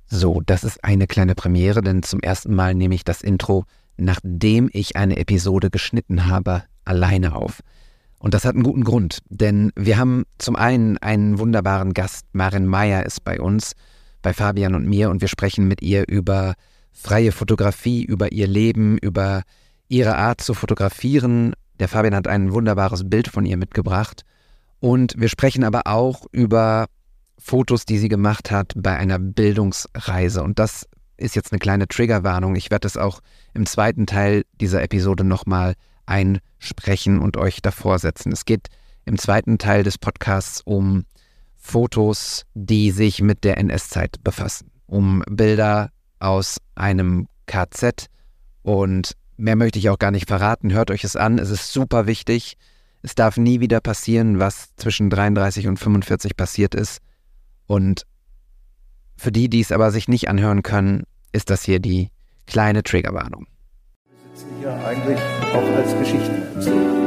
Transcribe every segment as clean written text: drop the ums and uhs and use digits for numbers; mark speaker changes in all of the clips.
Speaker 1: So, das ist eine kleine Premiere, denn zum ersten Mal nehme ich das Intro, nachdem ich eine Episode geschnitten habe, alleine auf. Und das hat einen guten Grund, denn wir haben zum einen einen wunderbaren Gast, Maren Meier ist bei uns, bei Fabian und mir, und wir sprechen mit ihr über freie Fotografie, über ihr Leben, über ihre Art zu fotografieren. Der Fabian hat ein wunderbares Bild von ihr mitgebracht. Und wir sprechen aber auch über Fotos, die sie gemacht hat bei einer Bildungsreise. Und das ist jetzt eine kleine Triggerwarnung. Ich werde es auch im zweiten Teil dieser Episode nochmal einsprechen und euch davor setzen. Es geht im zweiten Teil des Podcasts um Fotos, die sich mit der NS-Zeit befassen. Um Bilder aus einem KZ. Und mehr möchte ich auch gar nicht verraten. Hört euch es an. Es ist super wichtig. Es darf nie wieder passieren, was zwischen 33 und 45 passiert ist. Und für die, die es aber sich nicht anhören können, ist das hier die kleine Triggerwarnung.
Speaker 2: Wir sitzen hier eigentlich auch als Geschichtenerzähler.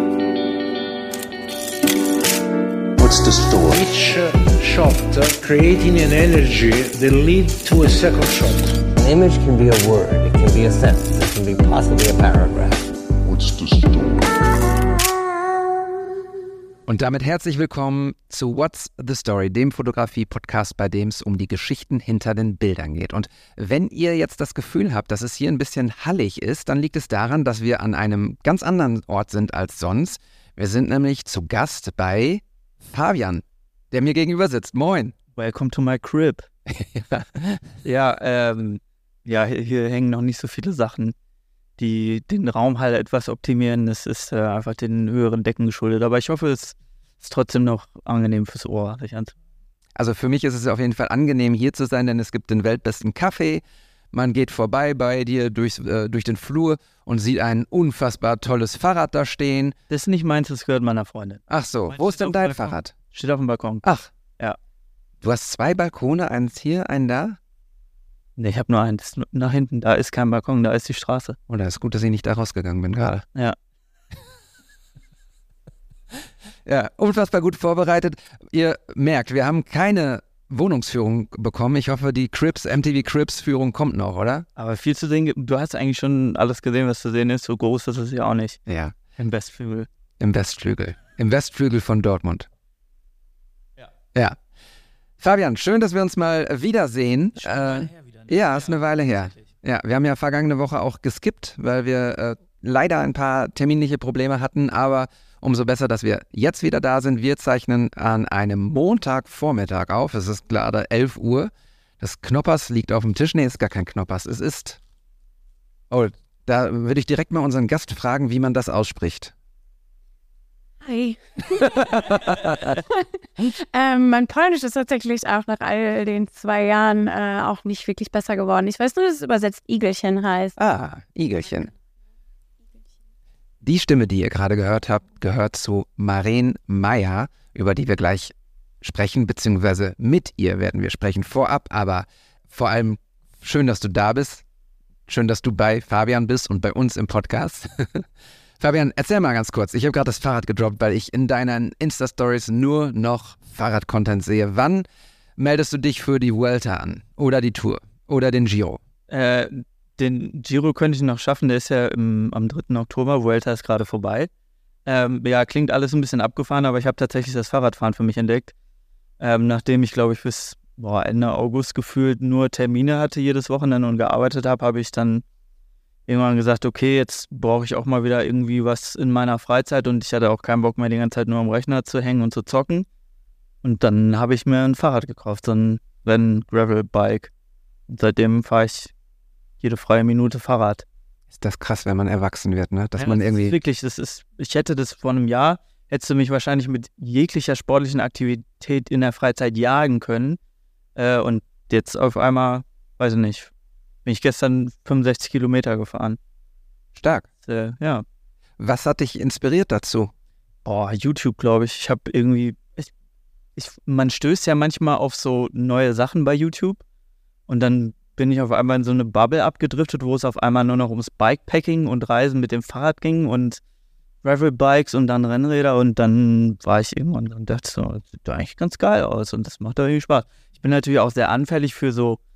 Speaker 3: What's the story?
Speaker 4: Each shot creating an energy that leads to a second shot.
Speaker 5: An image can be a word, it can be a sentence, it can be possibly a paragraph.
Speaker 3: What's the story?
Speaker 1: Und damit herzlich willkommen zu What's the Story, dem Fotografie-Podcast, bei dem es um die Geschichten hinter den Bildern geht. Und wenn ihr jetzt das Gefühl habt, dass es hier ein bisschen hallig ist, dann liegt es daran, dass wir an einem ganz anderen Ort sind als sonst. Wir sind nämlich zu Gast bei Fabian, der mir gegenüber sitzt. Moin.
Speaker 6: Welcome to my crib. Ja, hier hängen noch nicht so viele Sachen, die den Raum halt etwas optimieren. Es ist einfach den höheren Decken geschuldet. Aber ich hoffe, es ist trotzdem noch angenehm fürs Ohr, sich anzuhören.
Speaker 1: Also für mich ist es auf jeden Fall angenehm, hier zu sein, denn es gibt den weltbesten Kaffee. Man geht vorbei bei dir durch den Flur und sieht ein unfassbar tolles Fahrrad da stehen.
Speaker 6: Das ist nicht meins, das gehört meiner Freundin.
Speaker 1: Ach so,
Speaker 6: Meins
Speaker 1: wo ist
Speaker 6: steht
Speaker 1: denn
Speaker 6: auf
Speaker 1: dein
Speaker 6: dem Balkon.
Speaker 1: Fahrrad?
Speaker 6: Steht auf dem Balkon.
Speaker 1: Ach.
Speaker 6: Ja.
Speaker 1: Du hast 2 Balkone, eins hier, einen da?
Speaker 6: Nee, ich habe nur eins. Nach hinten, da ist kein Balkon, da ist die Straße.
Speaker 1: Oh, da ist gut, dass ich nicht da rausgegangen bin gerade.
Speaker 6: Ja.
Speaker 1: Ja, unfassbar gut vorbereitet. Ihr merkt, wir haben keine Wohnungsführung bekommen. Ich hoffe, die MTV Cribs-Führung kommt noch, oder?
Speaker 6: Aber viel zu sehen, du hast eigentlich schon alles gesehen, was zu sehen ist. So groß ist es ja auch nicht.
Speaker 1: Ja.
Speaker 6: Im Westflügel.
Speaker 1: Im Westflügel. Im Westflügel von Dortmund.
Speaker 6: Ja.
Speaker 1: Ja. Fabian, schön, dass wir uns mal wiedersehen.
Speaker 6: Schon eine Weile her wieder, ne?
Speaker 1: Ja, ist eine Weile her.
Speaker 6: Tatsächlich.
Speaker 1: Ja, wir haben ja vergangene Woche auch geskippt, weil wir leider ein paar terminliche Probleme hatten, aber umso besser, dass wir jetzt wieder da sind. Wir zeichnen an einem Montagvormittag auf. Es ist gerade 11 Uhr. Das Knoppers liegt auf dem Tisch. Nee, es ist gar kein Knoppers. Es ist... Oh, da würde ich direkt mal unseren Gast fragen, wie man das ausspricht.
Speaker 7: Hi. Mein Polnisch ist tatsächlich auch nach all den 2 Jahren auch nicht wirklich besser geworden. Ich weiß nur, dass es übersetzt Igelchen heißt.
Speaker 1: Ah, Igelchen. Die Stimme, die ihr gerade gehört habt, gehört zu Maren Meier, über die wir gleich sprechen, beziehungsweise mit ihr werden wir sprechen vorab, aber vor allem schön, dass du da bist. Schön, dass du bei Fabian bist und bei uns im Podcast. Fabian, erzähl mal ganz kurz. Ich habe gerade das Fahrrad gedroppt, weil ich in deinen Insta-Stories nur noch Fahrrad-Content sehe. Wann meldest du dich für die Vuelta an? Oder die Tour? Oder den Giro?
Speaker 6: Den Giro könnte ich noch schaffen, der ist ja am 3. Oktober, Vuelta ist gerade vorbei. Ja, klingt alles ein bisschen abgefahren, aber ich habe tatsächlich das Fahrradfahren für mich entdeckt. Nachdem ich, glaube ich, bis Ende August gefühlt nur Termine hatte jedes Wochenende und gearbeitet habe, habe ich dann irgendwann gesagt, okay, jetzt brauche ich auch mal wieder irgendwie was in meiner Freizeit und ich hatte auch keinen Bock mehr, die ganze Zeit nur am Rechner zu hängen und zu zocken. Und dann habe ich mir ein Fahrrad gekauft, so ein Gravel-Bike. Und seitdem fahre ich jede freie Minute Fahrrad.
Speaker 1: Ist das krass, wenn man erwachsen wird, ne? Dass
Speaker 6: Ja,
Speaker 1: man
Speaker 6: das
Speaker 1: irgendwie...
Speaker 6: ist wirklich, ich hätte das vor einem Jahr, hättest du mich wahrscheinlich mit jeglicher sportlichen Aktivität in der Freizeit jagen können. Und jetzt auf einmal, weiß ich nicht, bin ich gestern 65 Kilometer gefahren.
Speaker 1: Stark.
Speaker 6: Ja.
Speaker 1: Was hat dich inspiriert dazu?
Speaker 6: YouTube, glaube ich. Ich habe irgendwie, man stößt ja manchmal auf so neue Sachen bei YouTube und dann bin ich auf einmal in so eine Bubble abgedriftet, wo es auf einmal nur noch ums Bikepacking und Reisen mit dem Fahrrad ging und Gravel-Bikes und dann Rennräder und dann war ich irgendwann und dachte so, das sieht doch eigentlich ganz geil aus und das macht doch irgendwie Spaß. Ich bin natürlich auch sehr anfällig für so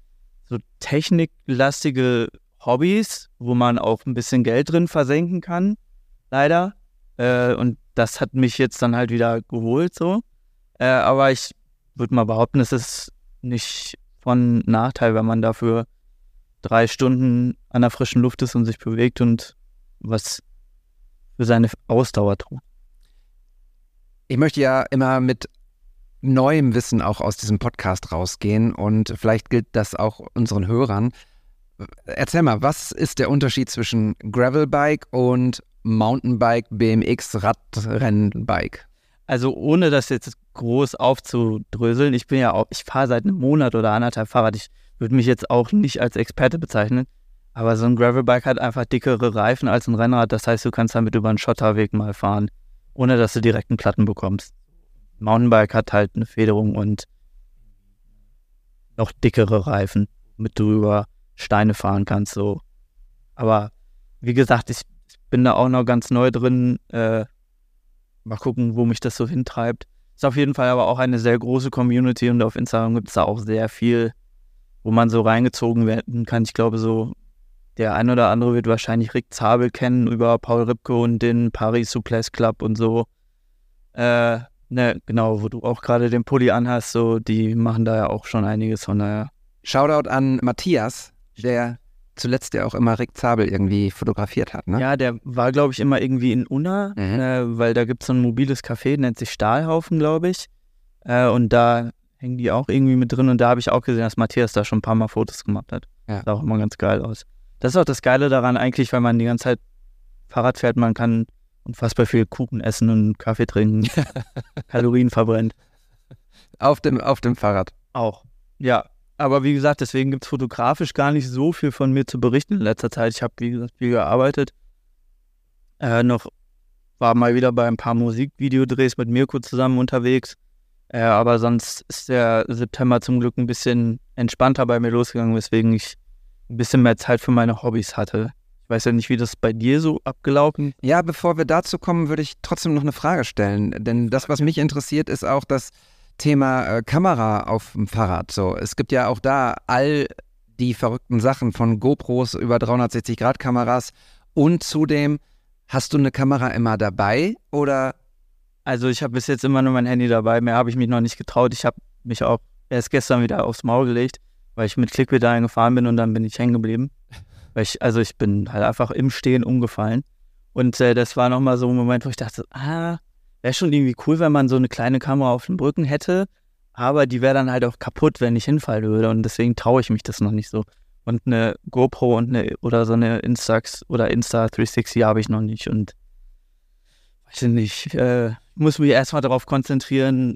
Speaker 6: so techniklastige Hobbys, wo man auch ein bisschen Geld drin versenken kann, leider. Und das hat mich jetzt dann halt wieder geholt so. Aber ich würde mal behaupten, es ist nicht von Nachteil, wenn man dafür 3 Stunden an der frischen Luft ist und sich bewegt und was für seine Ausdauer tut.
Speaker 1: Ich möchte ja immer mit neuem Wissen auch aus diesem Podcast rausgehen und vielleicht gilt das auch unseren Hörern. Erzähl mal, was ist der Unterschied zwischen Gravelbike und Mountainbike, BMX, Radrennbike?
Speaker 6: Also ohne das jetzt groß aufzudröseln, ich fahre seit einem Monat oder 1,5 Fahrrad. Ich würde mich jetzt auch nicht als Experte bezeichnen, aber so ein Gravelbike hat einfach dickere Reifen als ein Rennrad. Das heißt, du kannst damit über einen Schotterweg mal fahren, ohne dass du direkt einen Platten bekommst. Mountainbike hat halt eine Federung und noch dickere Reifen, mit du über Steine fahren kannst. So. Aber wie gesagt, ich bin da auch noch ganz neu drin. Mal gucken, wo mich das so hintreibt. Ist auf jeden Fall aber auch eine sehr große Community und auf Instagram gibt es da auch sehr viel, wo man so reingezogen werden kann. Ich glaube so, der ein oder andere wird wahrscheinlich Rick Zabel kennen über Paul Ripke und den Paris Souplesse Club und so. Genau, wo du auch gerade den Pulli anhast, so, die machen da ja auch schon einiges, von daher.
Speaker 1: Shoutout an Matthias, der zuletzt ja auch immer Rick Zabel irgendwie fotografiert hat, ne?
Speaker 6: Ja, der war, glaube ich, immer irgendwie in Unna, weil da gibt es so ein mobiles Café, nennt sich Stahlhaufen, glaube ich. Und da hängen die auch irgendwie mit drin und da habe ich auch gesehen, dass Matthias da schon ein paar Mal Fotos gemacht hat. Ja. Sah auch immer ganz geil aus. Das ist auch das Geile daran eigentlich, weil man die ganze Zeit Fahrrad fährt, man kann unfassbar viel Kuchen essen und Kaffee trinken, Kalorien verbrennt.
Speaker 1: Auf dem Fahrrad.
Speaker 6: Auch, ja. Aber wie gesagt, deswegen gibt es fotografisch gar nicht so viel von mir zu berichten in letzter Zeit. Ich habe, wie gesagt, viel gearbeitet. War mal wieder bei ein paar Musikvideodrehs mit Mirko zusammen unterwegs. Aber sonst ist der September zum Glück ein bisschen entspannter bei mir losgegangen, weswegen ich ein bisschen mehr Zeit für meine Hobbys hatte. Ich weiß ja nicht, wie das bei dir so abgelaufen ist.
Speaker 1: Ja, bevor wir dazu kommen, würde ich trotzdem noch eine Frage stellen. Denn das, was mich interessiert, ist auch das Thema Kamera auf dem Fahrrad. So, es gibt ja auch da all die verrückten Sachen von GoPros über 360-Grad-Kameras und zudem, hast du eine Kamera immer dabei oder?
Speaker 6: Also ich habe bis jetzt immer nur mein Handy dabei, mehr habe ich mich noch nicht getraut. Ich habe mich auch erst gestern wieder aufs Maul gelegt, weil ich mit Klickpedalen gefahren bin und dann bin ich hängen geblieben. Ich bin halt einfach im Stehen umgefallen. Und das war nochmal so ein Moment, wo ich dachte, wäre schon irgendwie cool, wenn man so eine kleine Kamera auf dem Rücken hätte, aber die wäre dann halt auch kaputt, wenn ich hinfallen würde und deswegen traue ich mich das noch nicht so. Und eine GoPro und oder so eine Instax oder Insta360 habe ich noch nicht und weiß ich nicht, muss mich erstmal darauf konzentrieren,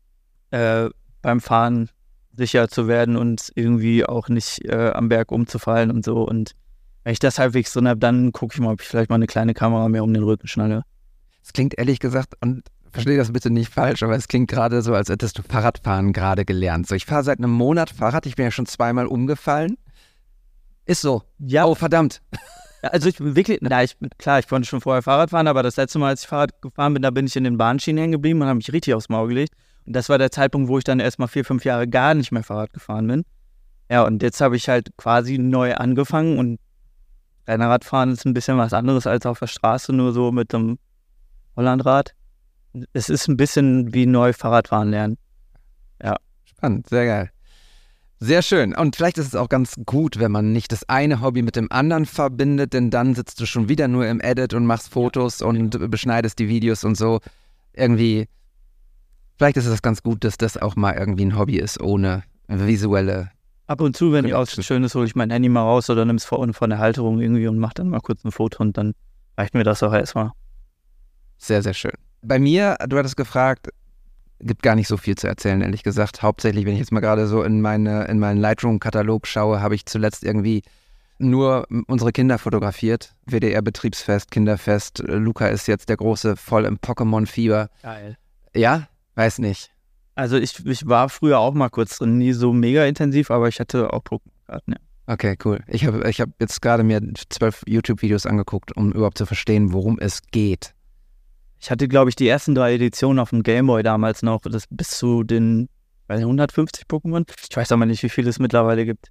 Speaker 6: beim Fahren sicher zu werden und irgendwie auch nicht am Berg umzufallen und so. Und wenn ich das halbwegs drin habe, dann gucke ich mal, ob ich vielleicht mal eine kleine Kamera mehr um den Rücken schnalle.
Speaker 1: Es klingt ehrlich gesagt, und verstehe das bitte nicht falsch, aber es klingt gerade so, als hättest du Fahrradfahren gerade gelernt. So, ich fahre seit einem Monat Fahrrad, ich bin ja schon 2-mal umgefallen. Ist so.
Speaker 6: Ja.
Speaker 1: Oh, verdammt.
Speaker 6: Also ich bin wirklich, ich konnte schon vorher Fahrrad fahren, aber das letzte Mal, als ich Fahrrad gefahren bin, da bin ich in den Bahnschienen hängen geblieben und habe mich richtig aufs Maul gelegt. Und das war der Zeitpunkt, wo ich dann erstmal 4-5 Jahre gar nicht mehr Fahrrad gefahren bin. Ja, und jetzt habe ich halt quasi neu angefangen und Rennradfahren ist ein bisschen was anderes als auf der Straße, nur so mit einem Hollandrad. Es ist ein bisschen wie neu Fahrradfahren lernen. Ja.
Speaker 1: Spannend, sehr geil. Sehr schön. Und vielleicht ist es auch ganz gut, wenn man nicht das eine Hobby mit dem anderen verbindet, denn dann sitzt du schon wieder nur im Edit und machst Fotos und beschneidest die Videos und so. Irgendwie, vielleicht ist es ganz gut, dass das auch mal irgendwie ein Hobby ist, ohne visuelle.
Speaker 6: Ab und zu, wenn ich was Schönes hole, ich mein Handy mal raus oder nimm es von der Halterung irgendwie und mach dann mal kurz ein Foto und dann reicht mir das auch erstmal.
Speaker 1: Sehr, sehr schön. Bei mir, du hattest gefragt, gibt gar nicht so viel zu erzählen, ehrlich gesagt. Hauptsächlich, wenn ich jetzt mal gerade so in meinen Lightroom-Katalog schaue, habe ich zuletzt irgendwie nur unsere Kinder fotografiert. WDR-Betriebsfest, Kinderfest. Luca ist jetzt der Große voll im Pokémon-Fieber.
Speaker 6: Geil.
Speaker 1: Ja? Weiß nicht.
Speaker 6: Also ich war früher auch mal kurz drin, nie so mega intensiv, aber ich hatte auch Pokémon-Karten, ja.
Speaker 1: Okay, cool. Ich hab jetzt gerade mir 12 YouTube-Videos angeguckt, um überhaupt zu verstehen, worum es geht.
Speaker 6: Ich hatte, glaube ich, die ersten 3 Editionen auf dem Gameboy damals noch, das bis zu den 150 Pokémon. Ich weiß aber nicht, wie viele es mittlerweile gibt.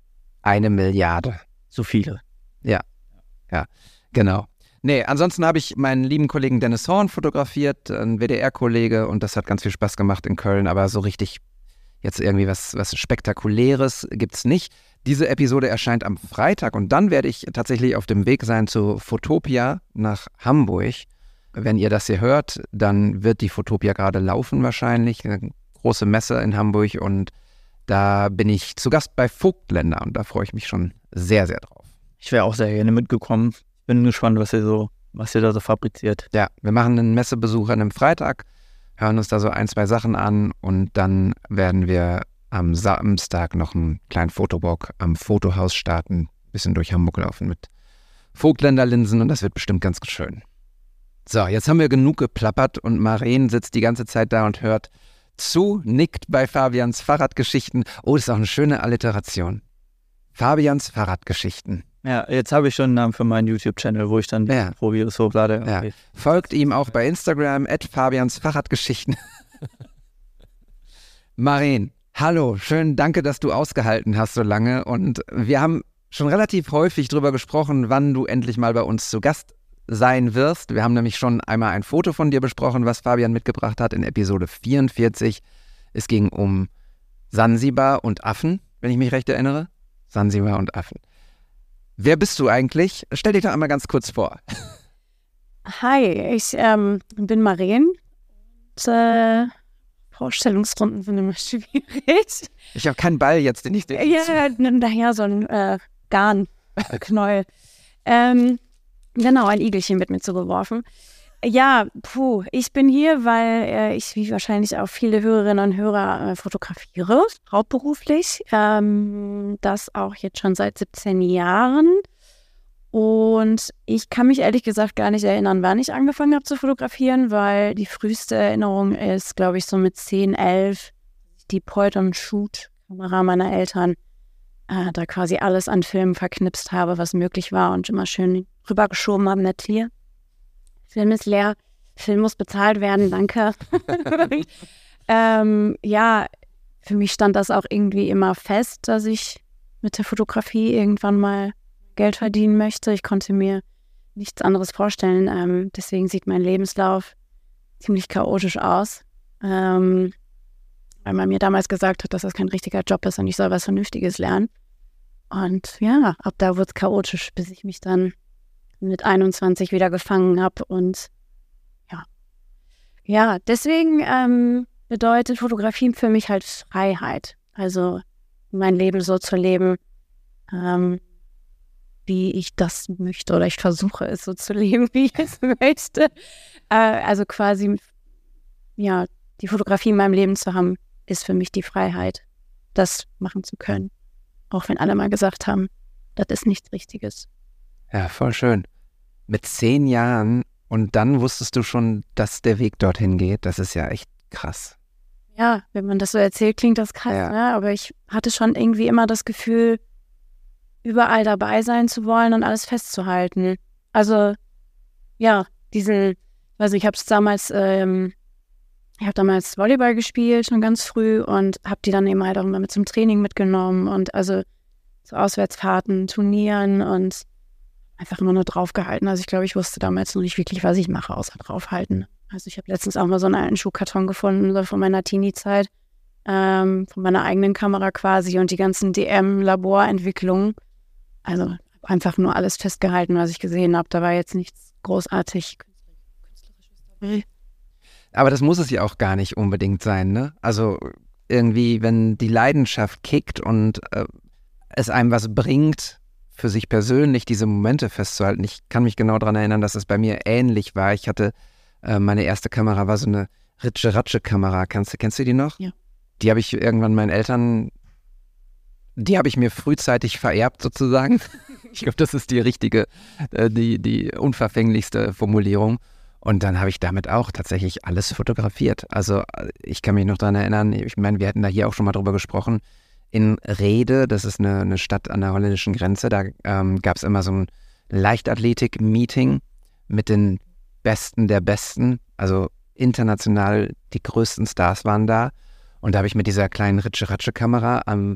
Speaker 1: 1 Milliarde.
Speaker 6: So viele.
Speaker 1: Ja, genau. Nee, ansonsten habe ich meinen lieben Kollegen Dennis Horn fotografiert, ein WDR-Kollege, und das hat ganz viel Spaß gemacht in Köln, aber so richtig jetzt irgendwie was Spektakuläres gibt's nicht. Diese Episode erscheint am Freitag und dann werde ich tatsächlich auf dem Weg sein zu Fotopia nach Hamburg. Wenn ihr das hier hört, dann wird die Fotopia gerade laufen wahrscheinlich, eine große Messe in Hamburg, und da bin ich zu Gast bei Vogtländer und da freue ich mich schon sehr, sehr drauf.
Speaker 6: Ich wäre auch sehr gerne mitgekommen. Bin gespannt, was ihr da so fabriziert.
Speaker 1: Ja, wir machen einen Messebesuch an einem Freitag, hören uns da so 1, 2 Sachen an und dann werden wir am Samstag noch einen kleinen Fotowalk am Fotohaus starten, ein bisschen durch Hamburg laufen mit Vogtländer Linsen und das wird bestimmt ganz schön. So, jetzt haben wir genug geplappert und Maren sitzt die ganze Zeit da und hört zu, nickt bei Fabians Fahrradgeschichten. Oh, das ist auch eine schöne Alliteration. Fabians Fahrradgeschichten.
Speaker 6: Ja, jetzt habe ich schon einen Namen für meinen YouTube-Channel, wo ich dann Pro-Videos hochlade. Okay.
Speaker 1: Ja. Folgt ihm auch bei Instagram, @Fabians Fahrradgeschichten. Maren, hallo, schön, danke, dass du ausgehalten hast so lange. Und wir haben schon relativ häufig drüber gesprochen, wann du endlich mal bei uns zu Gast sein wirst. Wir haben nämlich schon einmal ein Foto von dir besprochen, was Fabian mitgebracht hat in Episode 44. Es ging um Sansibar und Affen, wenn ich mich recht erinnere. Sansibar und Affen. Wer bist du eigentlich? Stell dich doch einmal ganz kurz vor.
Speaker 7: Hi, ich bin Maren. Und, Vorstellungsrunden sind immer schwierig.
Speaker 1: Ich habe keinen Ball jetzt, den ich dir...
Speaker 7: Ja, daher so ein Garnknäuel. Genau, ein Igelchen wird mir zugeworfen. Ja, ich bin hier, weil ich, wie wahrscheinlich auch viele Hörerinnen und Hörer, fotografiere, hauptberuflich. Das auch jetzt schon seit 17 Jahren. Und ich kann mich ehrlich gesagt gar nicht erinnern, wann ich angefangen habe zu fotografieren, weil die früheste Erinnerung ist, glaube ich, so mit 10, 11, die Point-and-Shoot-Kamera meiner Eltern, da quasi alles an Filmen verknipst habe, was möglich war und immer schön rübergeschoben haben, nett hier. Film ist leer, Film muss bezahlt werden, danke. Ja, für mich stand das auch irgendwie immer fest, dass ich mit der Fotografie irgendwann mal Geld verdienen möchte. Ich konnte mir nichts anderes vorstellen. Deswegen sieht mein Lebenslauf ziemlich chaotisch aus. Weil man mir damals gesagt hat, dass das kein richtiger Job ist und ich soll was Vernünftiges lernen. Und ja, ab da wurde es chaotisch, bis ich mich dann mit 21 wieder gefangen habe. Und ja, deswegen bedeutet Fotografie für mich halt Freiheit. Also mein Leben so zu leben, wie ich das möchte, oder ich versuche es so zu leben, wie ich es möchte. Also quasi, ja, die Fotografie in meinem Leben zu haben, ist für mich die Freiheit, das machen zu können. Auch wenn alle mal gesagt haben, das ist nichts Richtiges.
Speaker 1: Ja, voll schön. Mit 10 Jahren und dann wusstest du schon, dass der Weg dorthin geht. Das ist ja echt krass.
Speaker 7: Ja, wenn man das so erzählt, klingt das krass,
Speaker 1: Ja.
Speaker 7: ne? Aber ich hatte schon irgendwie immer das Gefühl, überall dabei sein zu wollen und alles festzuhalten. Also, ja, ich habe damals, Volleyball gespielt, schon ganz früh, und habe die dann eben halt auch immer mit zum Training mitgenommen und also zu Auswärtsfahrten, Turnieren und einfach immer nur draufgehalten. Also ich glaube, ich wusste damals noch nicht wirklich, was ich mache, außer draufhalten. Also ich habe letztens auch mal so einen alten Schuhkarton gefunden, so von meiner Teenie-Zeit, von meiner eigenen Kamera quasi, und die ganzen DM-Laborentwicklungen. Also einfach nur alles festgehalten, was ich gesehen habe. Da war jetzt nichts großartig künstlerisches dabei.
Speaker 1: Aber das muss es ja auch gar nicht unbedingt sein, ne? Also irgendwie, wenn die Leidenschaft kickt und es einem was bringt, für sich persönlich diese Momente festzuhalten. Ich kann mich genau daran erinnern, dass es bei mir ähnlich war. Ich hatte, meine erste Kamera war so eine Ritsche-Ratsche-Kamera. Kennst du die noch?
Speaker 7: Ja.
Speaker 1: Die habe ich irgendwann meinen Eltern, die habe ich mir frühzeitig vererbt sozusagen. Ich glaube, das ist die richtige, die unverfänglichste Formulierung. Und dann habe ich damit auch tatsächlich alles fotografiert. Also ich kann mich noch daran erinnern, ich meine, wir hatten da hier auch schon mal drüber gesprochen, in Rhede, das ist eine Stadt an der holländischen Grenze, da gab es immer so ein Leichtathletik-Meeting mit den Besten der Besten, also international die größten Stars waren da. Und da habe ich mit dieser kleinen Ritsche-Ratsche-Kamera am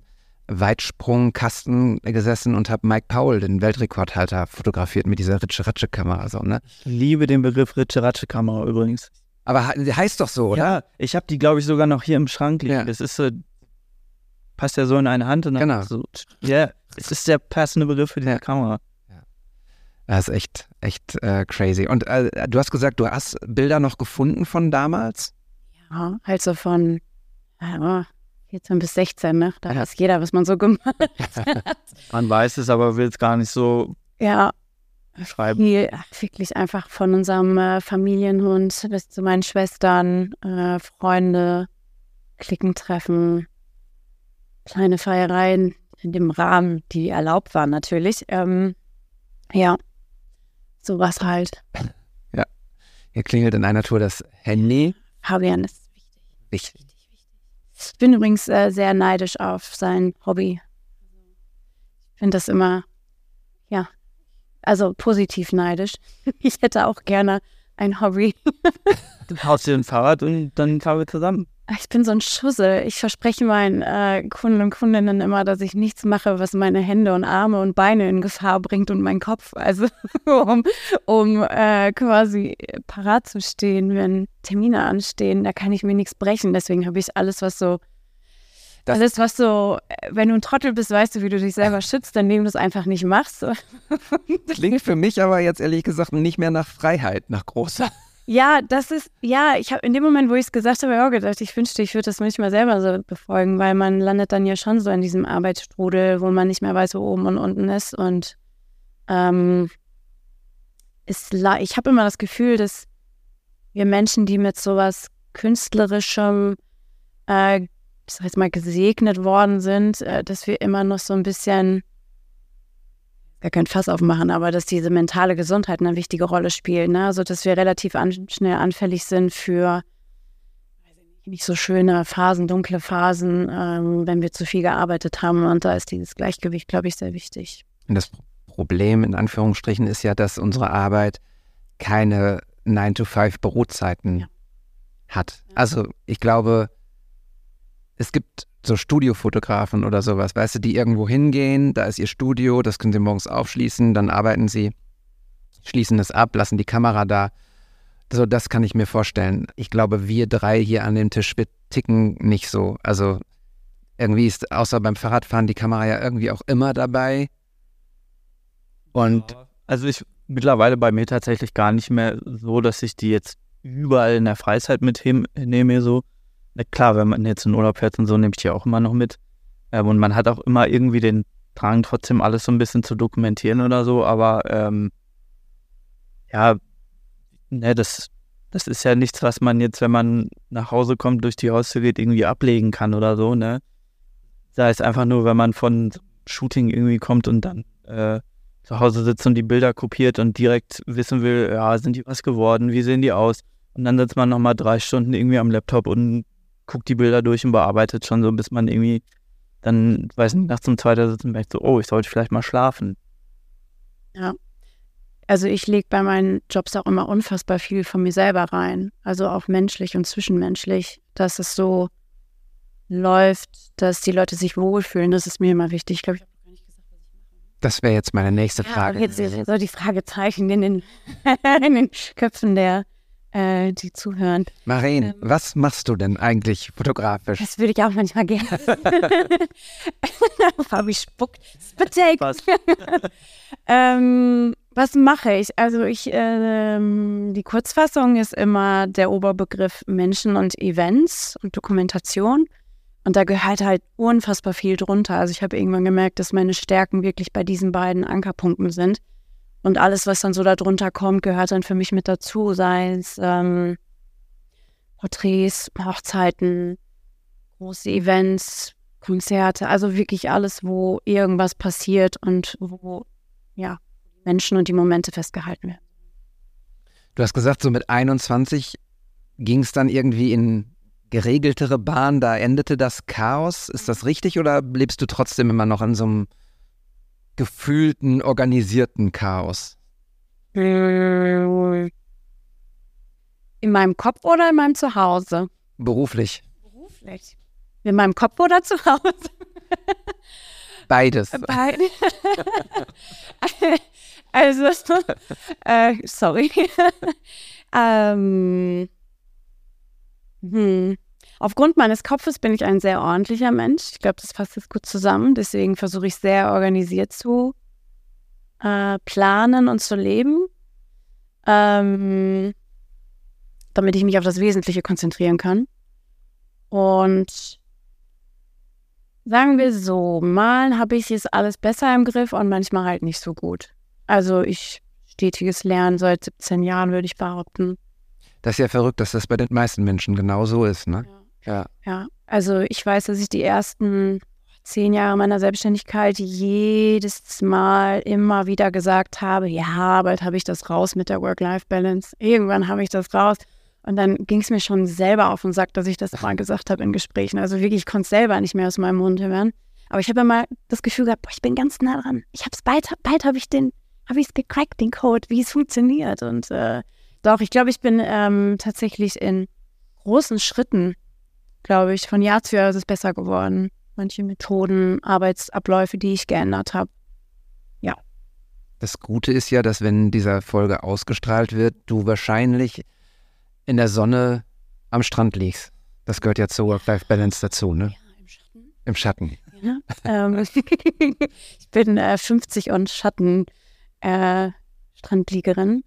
Speaker 1: Weitsprungkasten gesessen und habe Mike Powell, den Weltrekordhalter, fotografiert mit dieser Ritchie-Ratsche-Kamera. So, ne?
Speaker 6: Ich liebe den Begriff Ritchie-Ratsche-Kamera übrigens.
Speaker 1: Aber heißt doch so, oder?
Speaker 6: Ja, ich habe die, glaube ich, sogar noch hier im Schrank liegen.
Speaker 1: Ja.
Speaker 6: Das ist so, passt ja so in eine Hand. Und dann
Speaker 1: Genau.
Speaker 6: so, ja, es ist der passende Begriff für diese Kamera.
Speaker 1: Das ist echt crazy. Und du hast gesagt, du hast Bilder noch gefunden von damals?
Speaker 7: Ja, halt so von 14 bis 16, ne? Da weiß jeder, was man so gemacht hat.
Speaker 6: Man weiß es, aber will es gar nicht so
Speaker 7: Ja,
Speaker 6: schreiben.
Speaker 7: viel, wirklich einfach von unserem Familienhund bis zu meinen Schwestern, Freunde, Klickentreffen, kleine Feiereien in dem Rahmen, die erlaubt waren natürlich. Ja, sowas halt.
Speaker 1: Hier klingelt in einer Tour das Handy.
Speaker 7: Fabian ist
Speaker 1: Wichtig.
Speaker 7: Ich bin übrigens sehr neidisch auf sein Hobby. Ich finde das immer, ja, also positiv neidisch. Ich hätte auch gerne ein Hobby.
Speaker 6: Du haust dir ein Fahrrad und dann fahren wir zusammen.
Speaker 7: Ich bin so ein Schussel. Ich verspreche meinen Kunden und Kundinnen immer, dass ich nichts mache, was meine Hände und Arme und Beine in Gefahr bringt und meinen Kopf. Also um quasi parat zu stehen, wenn Termine anstehen, da kann ich mir nichts brechen. Deswegen habe ich alles, was so, wenn du ein Trottel bist, weißt du, wie du dich selber schützt, dann indem du es einfach nicht machst.
Speaker 1: Klingt für mich aber jetzt ehrlich gesagt nicht mehr nach Freiheit, nach großer.
Speaker 7: Ja, ich habe in dem Moment, wo ich es gesagt habe, auch gedacht, ich wünschte, ich würde das manchmal selber so befolgen, weil man landet dann ja schon so in diesem Arbeitsstrudel, wo man nicht mehr weiß, wo oben und unten ist. Und ich habe immer das Gefühl, dass wir Menschen, die mit sowas Künstlerischem, ich sag jetzt mal, gesegnet worden sind, dass wir immer noch so ein bisschen, gar kein Fass aufmachen, aber dass diese mentale Gesundheit eine wichtige Rolle spielt. Ne? Also, dass wir relativ schnell anfällig sind für nicht so schöne Phasen, dunkle Phasen, wenn wir zu viel gearbeitet haben. Und da ist dieses Gleichgewicht, glaube ich, sehr wichtig.
Speaker 1: Und das Problem in Anführungsstrichen ist ja, dass unsere Arbeit keine 9-to-5 Bürozeiten hat. Also ich glaube, es gibt so Studiofotografen oder sowas, weißt du, die irgendwo hingehen, da ist ihr Studio, das können sie morgens aufschließen, dann arbeiten sie, schließen es ab, lassen die Kamera da. So, das kann ich mir vorstellen. Ich glaube, wir drei hier an dem Tisch, wir ticken nicht so. Also irgendwie ist außer beim Fahrradfahren die Kamera ja irgendwie auch immer dabei. Und
Speaker 6: also ich mittlerweile bei mir tatsächlich gar nicht mehr so, dass ich die jetzt überall in der Freizeit mitnehme, so. Na klar, wenn man jetzt in Urlaub fährt und so, nehme ich die auch immer noch mit. Und man hat auch immer irgendwie den Drang, trotzdem alles so ein bisschen zu dokumentieren oder so, aber das ist ja nichts, was man jetzt, wenn man nach Hause kommt, durch die Haustür geht, irgendwie ablegen kann oder so, ne? Sei es einfach nur, wenn man von Shooting irgendwie kommt und dann zu Hause sitzt und die Bilder kopiert und direkt wissen will, ja, sind die was geworden, wie sehen die aus? Und dann sitzt man nochmal 3 Stunden irgendwie am Laptop und guckt die Bilder durch und bearbeitet schon so, bis man irgendwie dann, weiß nicht, nachts um 2 da sitzt und merkt so, oh, ich sollte vielleicht mal schlafen.
Speaker 7: Ja. Also ich lege bei meinen Jobs auch immer unfassbar viel von mir selber rein. Also auch menschlich und zwischenmenschlich, dass es so läuft, dass die Leute sich wohlfühlen. Das ist mir immer wichtig. Ich glaube, ich habe gar nicht gesagt, was ich mache.
Speaker 1: das wäre jetzt meine nächste Frage.
Speaker 7: Jetzt so die Fragezeichen in den Köpfen der die zuhören.
Speaker 1: Maren, was machst du denn eigentlich fotografisch?
Speaker 7: Das würde ich auch manchmal gerne. Fabi spuckt. Spit-Take.
Speaker 6: Was?
Speaker 7: Was mache ich? Also die Kurzfassung ist immer der Oberbegriff Menschen und Events und Dokumentation. Und da gehört halt unfassbar viel drunter. Also ich habe irgendwann gemerkt, dass meine Stärken wirklich bei diesen beiden Ankerpunkten sind. Und alles, was dann so da drunter kommt, gehört dann für mich mit dazu. Sei es Porträts, Hochzeiten, große Events, Konzerte. Also wirklich alles, wo irgendwas passiert und wo Menschen und die Momente festgehalten werden.
Speaker 1: Du hast gesagt, so mit 21 ging es dann irgendwie in geregeltere Bahn, da endete das Chaos. Ist das richtig oder lebst du trotzdem immer noch in so einem gefühlten, organisierten Chaos?
Speaker 7: In meinem Kopf oder in meinem Zuhause?
Speaker 1: Beruflich.
Speaker 7: Beruflich. In meinem Kopf oder zu Hause?
Speaker 1: Beides.
Speaker 7: Also, sorry. Aufgrund meines Kopfes bin ich ein sehr ordentlicher Mensch. Ich glaube, das fasst jetzt gut zusammen. Deswegen versuche ich sehr organisiert zu planen und zu leben, damit ich mich auf das Wesentliche konzentrieren kann. Und sagen wir so, mal habe ich es alles besser im Griff und manchmal halt nicht so gut. Also stetiges Lernen seit 17 Jahren, würde ich behaupten.
Speaker 1: Das ist ja verrückt, dass das bei den meisten Menschen genau so ist, ne? Ja.
Speaker 7: Also ich weiß, dass ich die ersten 10 Jahre meiner Selbstständigkeit jedes Mal immer wieder gesagt habe, ja, bald habe ich das raus mit der Work-Life-Balance. Irgendwann habe ich das raus. Und dann ging es mir schon selber auf den Sack, dass ich das mal gesagt habe in Gesprächen. Also wirklich, ich konnte es selber nicht mehr aus meinem Mund hören. Aber ich habe immer das Gefühl gehabt, ich bin ganz nah dran. Ich habe es bald habe ich es gecrackt, den Code, wie es funktioniert. Und doch, ich glaube, ich bin tatsächlich in großen Schritten, glaube ich, von Jahr zu Jahr ist es besser geworden. Manche Methoden, Arbeitsabläufe, die ich geändert habe. Ja.
Speaker 1: Das Gute ist ja, dass wenn diese Folge ausgestrahlt wird, du wahrscheinlich in der Sonne am Strand liegst. Das gehört ja zur Work-Life-Balance dazu, ne?
Speaker 7: Ja, im Schatten.
Speaker 1: Im Schatten.
Speaker 7: Ja. Ich bin 50 und Strandliegerin.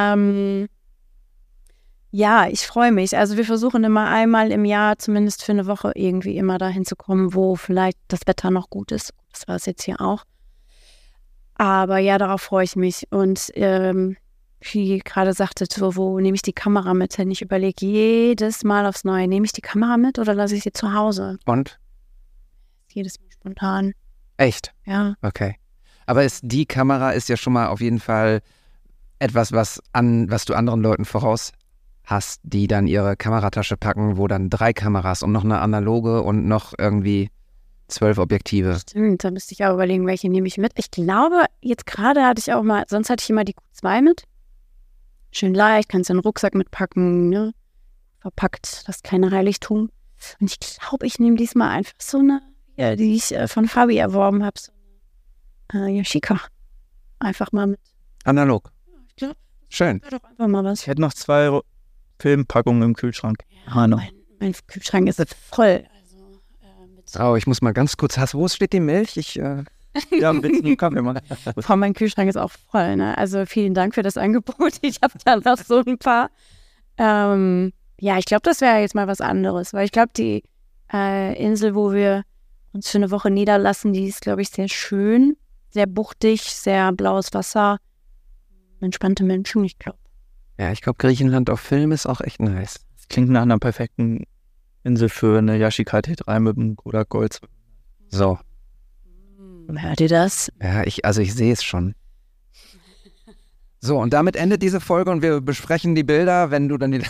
Speaker 7: Ja, ich freue mich. Also wir versuchen immer einmal im Jahr, zumindest für eine Woche, irgendwie immer dahin zu kommen, wo vielleicht das Wetter noch gut ist. Das war es jetzt hier auch. Aber ja, darauf freue ich mich. Und wie gerade sagte, wo nehme ich die Kamera mit hin? Ich überlege jedes Mal aufs Neue, nehme ich die Kamera mit oder lasse ich sie zu Hause?
Speaker 1: Und?
Speaker 7: Jedes Mal spontan.
Speaker 1: Echt?
Speaker 7: Ja.
Speaker 1: Okay. Aber die Kamera ist ja schon mal auf jeden Fall etwas, was du anderen Leuten voraus hast, die dann ihre Kameratasche packen, wo dann 3 Kameras und noch eine analoge und noch irgendwie 12 Objektive.
Speaker 7: Stimmt, da müsste ich auch überlegen, welche nehme ich mit. Ich glaube, jetzt gerade sonst hatte ich immer die Q2 mit. Schön leicht, kannst du einen Rucksack mitpacken, ne? Verpackt, das kleine Heiligtum. Und ich glaube, ich nehme diesmal einfach so eine, die ich von Fabi erworben habe, so eine Yashica. Einfach mal mit.
Speaker 1: Analog.
Speaker 7: Ich glaube,
Speaker 1: schön.
Speaker 7: Wäre doch einfach mal was.
Speaker 6: Ich hätte noch 2 Filmpackungen im Kühlschrank.
Speaker 7: Ja, mein Kühlschrank ist voll.
Speaker 1: Oh, ich muss mal ganz kurz, wo steht die Milch?
Speaker 6: Ja, ein bisschen Kaffee mal.
Speaker 7: Mein Kühlschrank ist auch voll, ne? Also vielen Dank für das Angebot. Ich habe da noch so ein paar. Ja, ich glaube, das wäre jetzt mal was anderes, weil ich glaube, die Insel, wo wir uns für eine Woche niederlassen, die ist, glaube ich, sehr schön, sehr buchtig, sehr blaues Wasser, entspannte Menschen, ich glaube.
Speaker 1: Ja, ich glaube, Griechenland auf Film ist auch echt nice.
Speaker 6: Das klingt nach einer perfekten Insel für eine Yashica T3 mit einem Kodak Gold.
Speaker 1: So.
Speaker 7: Hört ihr das?
Speaker 1: Ja, ich sehe es schon. So, und damit endet diese Folge und wir besprechen die Bilder, wenn du dann die...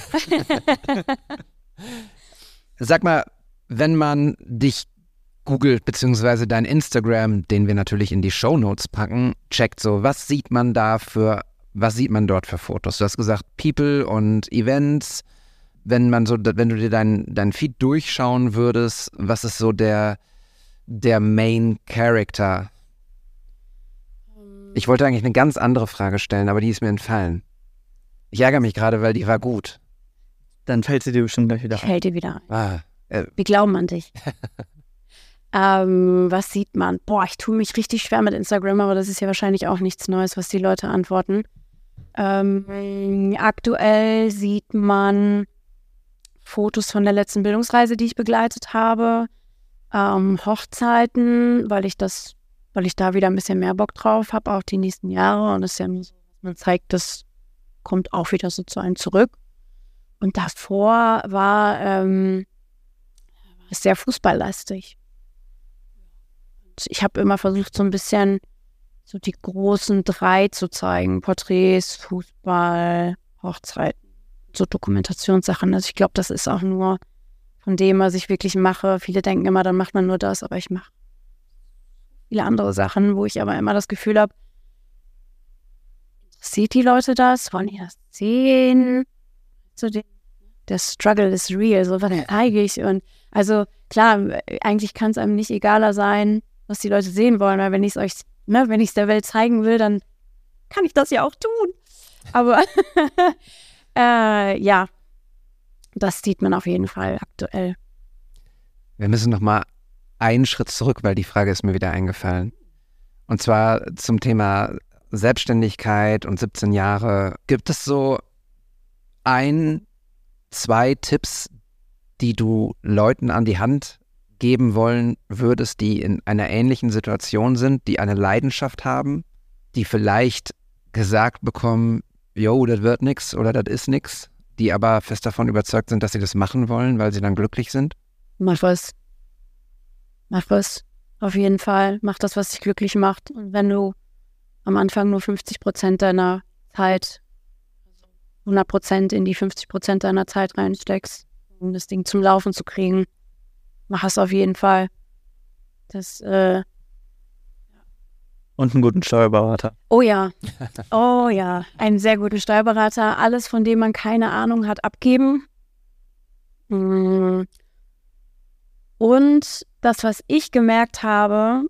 Speaker 1: Sag mal, wenn man dich googelt, beziehungsweise dein Instagram, den wir natürlich in die Shownotes packen, checkt so, was sieht man dort für Fotos? Du hast gesagt, People und Events. Wenn du dir dein Feed durchschauen würdest, was ist so der Main Character? Ich wollte eigentlich eine ganz andere Frage stellen, aber die ist mir entfallen. Ich ärgere mich gerade, weil die war gut.
Speaker 6: Dann fällt sie dir bestimmt gleich wieder ein.
Speaker 7: Fällt dir wieder ein.
Speaker 1: Ah,
Speaker 7: Wir glauben an dich. Was sieht man? Boah, ich tue mich richtig schwer mit Instagram, aber das ist ja wahrscheinlich auch nichts Neues, was die Leute antworten. Aktuell sieht man Fotos von der letzten Bildungsreise, die ich begleitet habe. Hochzeiten, weil ich da wieder ein bisschen mehr Bock drauf habe, auch die nächsten Jahre. Und das ist ja so, man zeigt, das kommt auch wieder so zu einem zurück. Und davor war es sehr fußballlastig. Und ich habe immer versucht, so ein bisschen so die großen 3 zu zeigen. Porträts, Fußball, Hochzeiten, so Dokumentationssachen. Also ich glaube, das ist auch nur von dem, was ich wirklich mache. Viele denken immer, dann macht man nur das, aber ich mache viele andere Sachen, wo ich aber immer das Gefühl habe, interessiert die Leute das? Wollen die das sehen? So der Struggle is real, so was zeige ich. Und Also klar, eigentlich kann es einem nicht egaler sein, was die Leute sehen wollen, weil wenn ich es der Welt zeigen will, dann kann ich das ja auch tun. Aber ja, das sieht man auf jeden Fall aktuell.
Speaker 1: Wir müssen noch mal einen Schritt zurück, weil die Frage ist mir wieder eingefallen. Und zwar zum Thema Selbstständigkeit und 17 Jahre. Gibt es so 1, 2 Tipps, die du Leuten an die Hand geben wollen würdest, die in einer ähnlichen Situation sind, die eine Leidenschaft haben, die vielleicht gesagt bekommen, jo, das wird nix oder das ist nix, die aber fest davon überzeugt sind, dass sie das machen wollen, weil sie dann glücklich sind?
Speaker 7: Mach was. Auf jeden Fall. Mach das, was dich glücklich macht. Und wenn du am Anfang nur 50% deiner Zeit, 100% in die 50% deiner Zeit reinsteckst, um das Ding zum Laufen zu kriegen, mach es auf jeden Fall. Das,
Speaker 6: Und einen guten Steuerberater.
Speaker 7: Oh ja, einen sehr guten Steuerberater. Alles, von dem man keine Ahnung hat, abgeben. Und das, was ich gemerkt habe,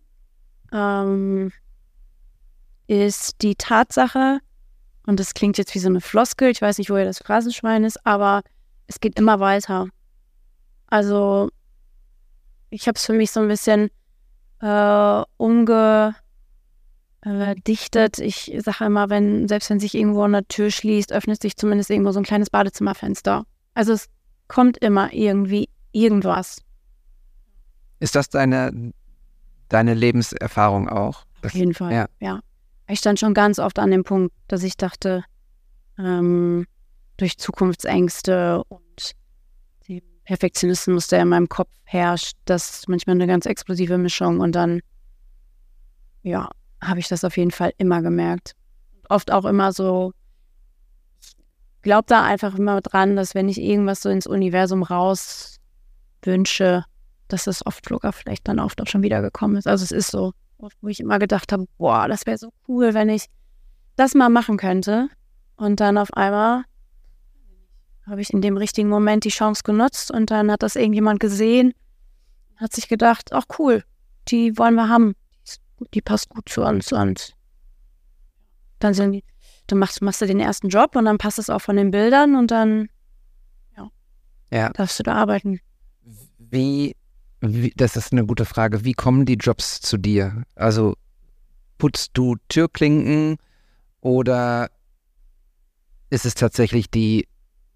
Speaker 7: ist die Tatsache, und das klingt jetzt wie so eine Floskel, ich weiß nicht, woher das Phrasenschwein ist, aber es geht immer weiter. Also ich habe es für mich so ein bisschen umgedichtet. Ich sage immer, selbst wenn sich irgendwo eine Tür schließt, öffnet sich zumindest irgendwo so ein kleines Badezimmerfenster. Also es kommt immer irgendwie irgendwas.
Speaker 1: Ist das deine Lebenserfahrung auch?
Speaker 7: Auf jeden Fall, ja. Ich stand schon ganz oft an dem Punkt, dass ich dachte, durch Zukunftsängste und den Perfektionismus, der in meinem Kopf herrscht, das ist manchmal eine ganz explosive Mischung. Und dann, ja, habe ich das auf jeden Fall immer gemerkt. Oft auch immer so, ich glaube da einfach immer dran, dass wenn ich irgendwas so ins Universum raus wünsche, dass das oft sogar vielleicht dann oft auch schon wieder gekommen ist. Also es ist so, wo ich immer gedacht habe, boah, das wäre so cool, wenn ich das mal machen könnte. Und dann auf einmal habe ich in dem richtigen Moment die Chance genutzt und dann hat das irgendjemand gesehen, hat sich gedacht, ach cool, die wollen wir haben. Die passt gut zu uns. Und dann machst du den ersten Job und dann passt es auch von den Bildern und dann darfst du da arbeiten.
Speaker 1: Das ist eine gute Frage. Wie kommen die Jobs zu dir? Also putzt du Türklinken oder ist es tatsächlich die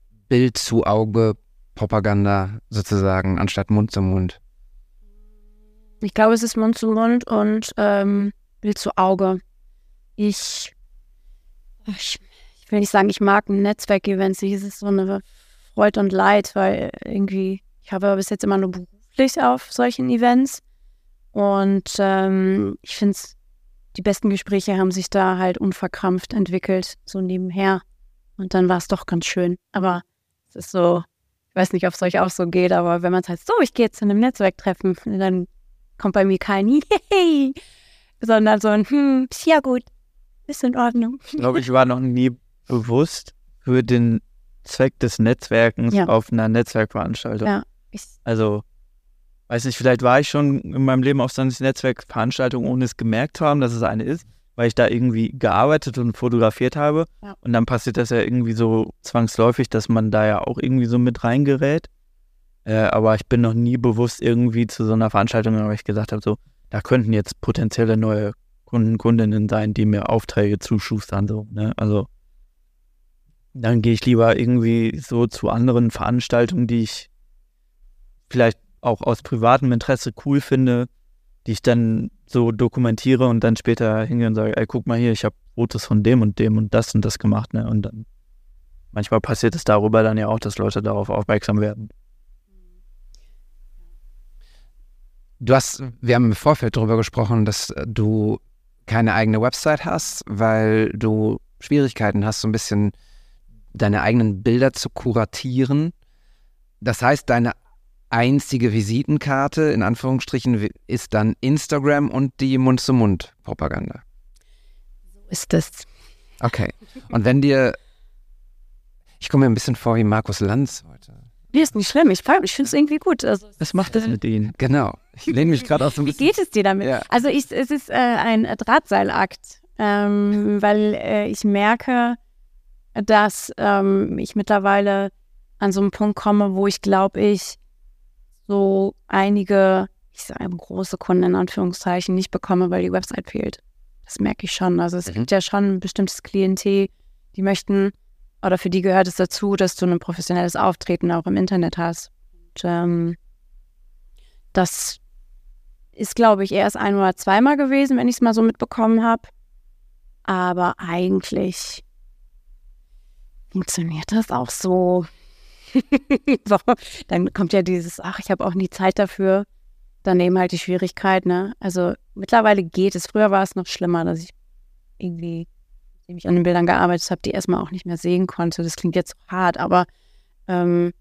Speaker 1: Bild-zu-Auge-Propaganda sozusagen anstatt Mund zu Mund?
Speaker 7: Ich glaube, es ist Mund zu Mund und Bild zu Auge. Ich will nicht sagen, ich mag Netzwerkevents. Es ist so eine Freude und Leid, weil irgendwie, ich habe bis jetzt immer nur beruflich auf solchen Events und ich finde die besten Gespräche haben sich da halt unverkrampft entwickelt, so nebenher. Und dann war es doch ganz schön. Aber es ist so, ich weiß nicht, ob es euch auch so geht, aber wenn man es halt so, ich gehe jetzt zu einem Netzwerktreffen, dann kommt bei mir kein Yay, sondern so ein ist ja gut, ist in Ordnung.
Speaker 6: Ich glaube, ich war noch nie bewusst für den Zweck des Netzwerkens auf einer Netzwerkveranstaltung.
Speaker 7: Ja.
Speaker 6: Also, weiß nicht, vielleicht war ich schon in meinem Leben auf so einer Netzwerkveranstaltung, ohne es gemerkt zu haben, dass es eine ist, weil ich da irgendwie gearbeitet und fotografiert habe. Ja. Und dann passiert das ja irgendwie so zwangsläufig, dass man da ja auch irgendwie so mit reingerät. Aber ich bin noch nie bewusst irgendwie zu so einer Veranstaltung, weil ich gesagt habe, so, da könnten jetzt potenzielle neue Kundinnen sein, die mir Aufträge zuschustern. So, ne? Also dann gehe ich lieber irgendwie so zu anderen Veranstaltungen, die ich vielleicht auch aus privatem Interesse cool finde, die ich dann so dokumentiere und dann später hingehe und sage, ey, guck mal hier, ich habe Fotos von dem und das gemacht. Ne? Und dann manchmal passiert es darüber dann ja auch, dass Leute darauf aufmerksam werden.
Speaker 1: Wir haben im Vorfeld darüber gesprochen, dass du keine eigene Website hast, weil du Schwierigkeiten hast, so ein bisschen deine eigenen Bilder zu kuratieren. Das heißt, deine einzige Visitenkarte, in Anführungsstrichen, ist dann Instagram und die Mund-zu-Mund-Propaganda.
Speaker 7: So ist das.
Speaker 1: Okay. Und ich komme mir ein bisschen vor wie Markus Lanz heute.
Speaker 7: Nee, ist nicht schlimm. Ich finde es irgendwie gut. Also,
Speaker 6: Was macht das mit Ihnen?
Speaker 1: Genau. Ich lehne mich gerade aus so ein
Speaker 7: wie
Speaker 1: bisschen.
Speaker 7: geht es dir damit?
Speaker 1: Ja.
Speaker 7: Also es ist ein Drahtseilakt, weil ich merke, dass ich mittlerweile an so einen Punkt komme, wo ich glaube, ich so einige, ich sage große Kunden in Anführungszeichen, nicht bekomme, weil die Website fehlt. Das merke ich schon. Also es gibt ja schon ein bestimmtes Klientel, die möchten, oder für die gehört es dazu, dass du ein professionelles Auftreten auch im Internet hast. Und das ist, glaube ich, erst ein- oder zweimal gewesen, wenn ich es mal so mitbekommen habe. Aber eigentlich funktioniert das auch so. So. Dann kommt ja dieses, ich habe auch nie Zeit dafür. Daneben halt die Schwierigkeit, ne? Also mittlerweile geht es. Früher war es noch schlimmer, dass ich irgendwie, nachdem ich an den Bildern gearbeitet habe, die erstmal auch nicht mehr sehen konnte. Das klingt jetzt so hart, aber ich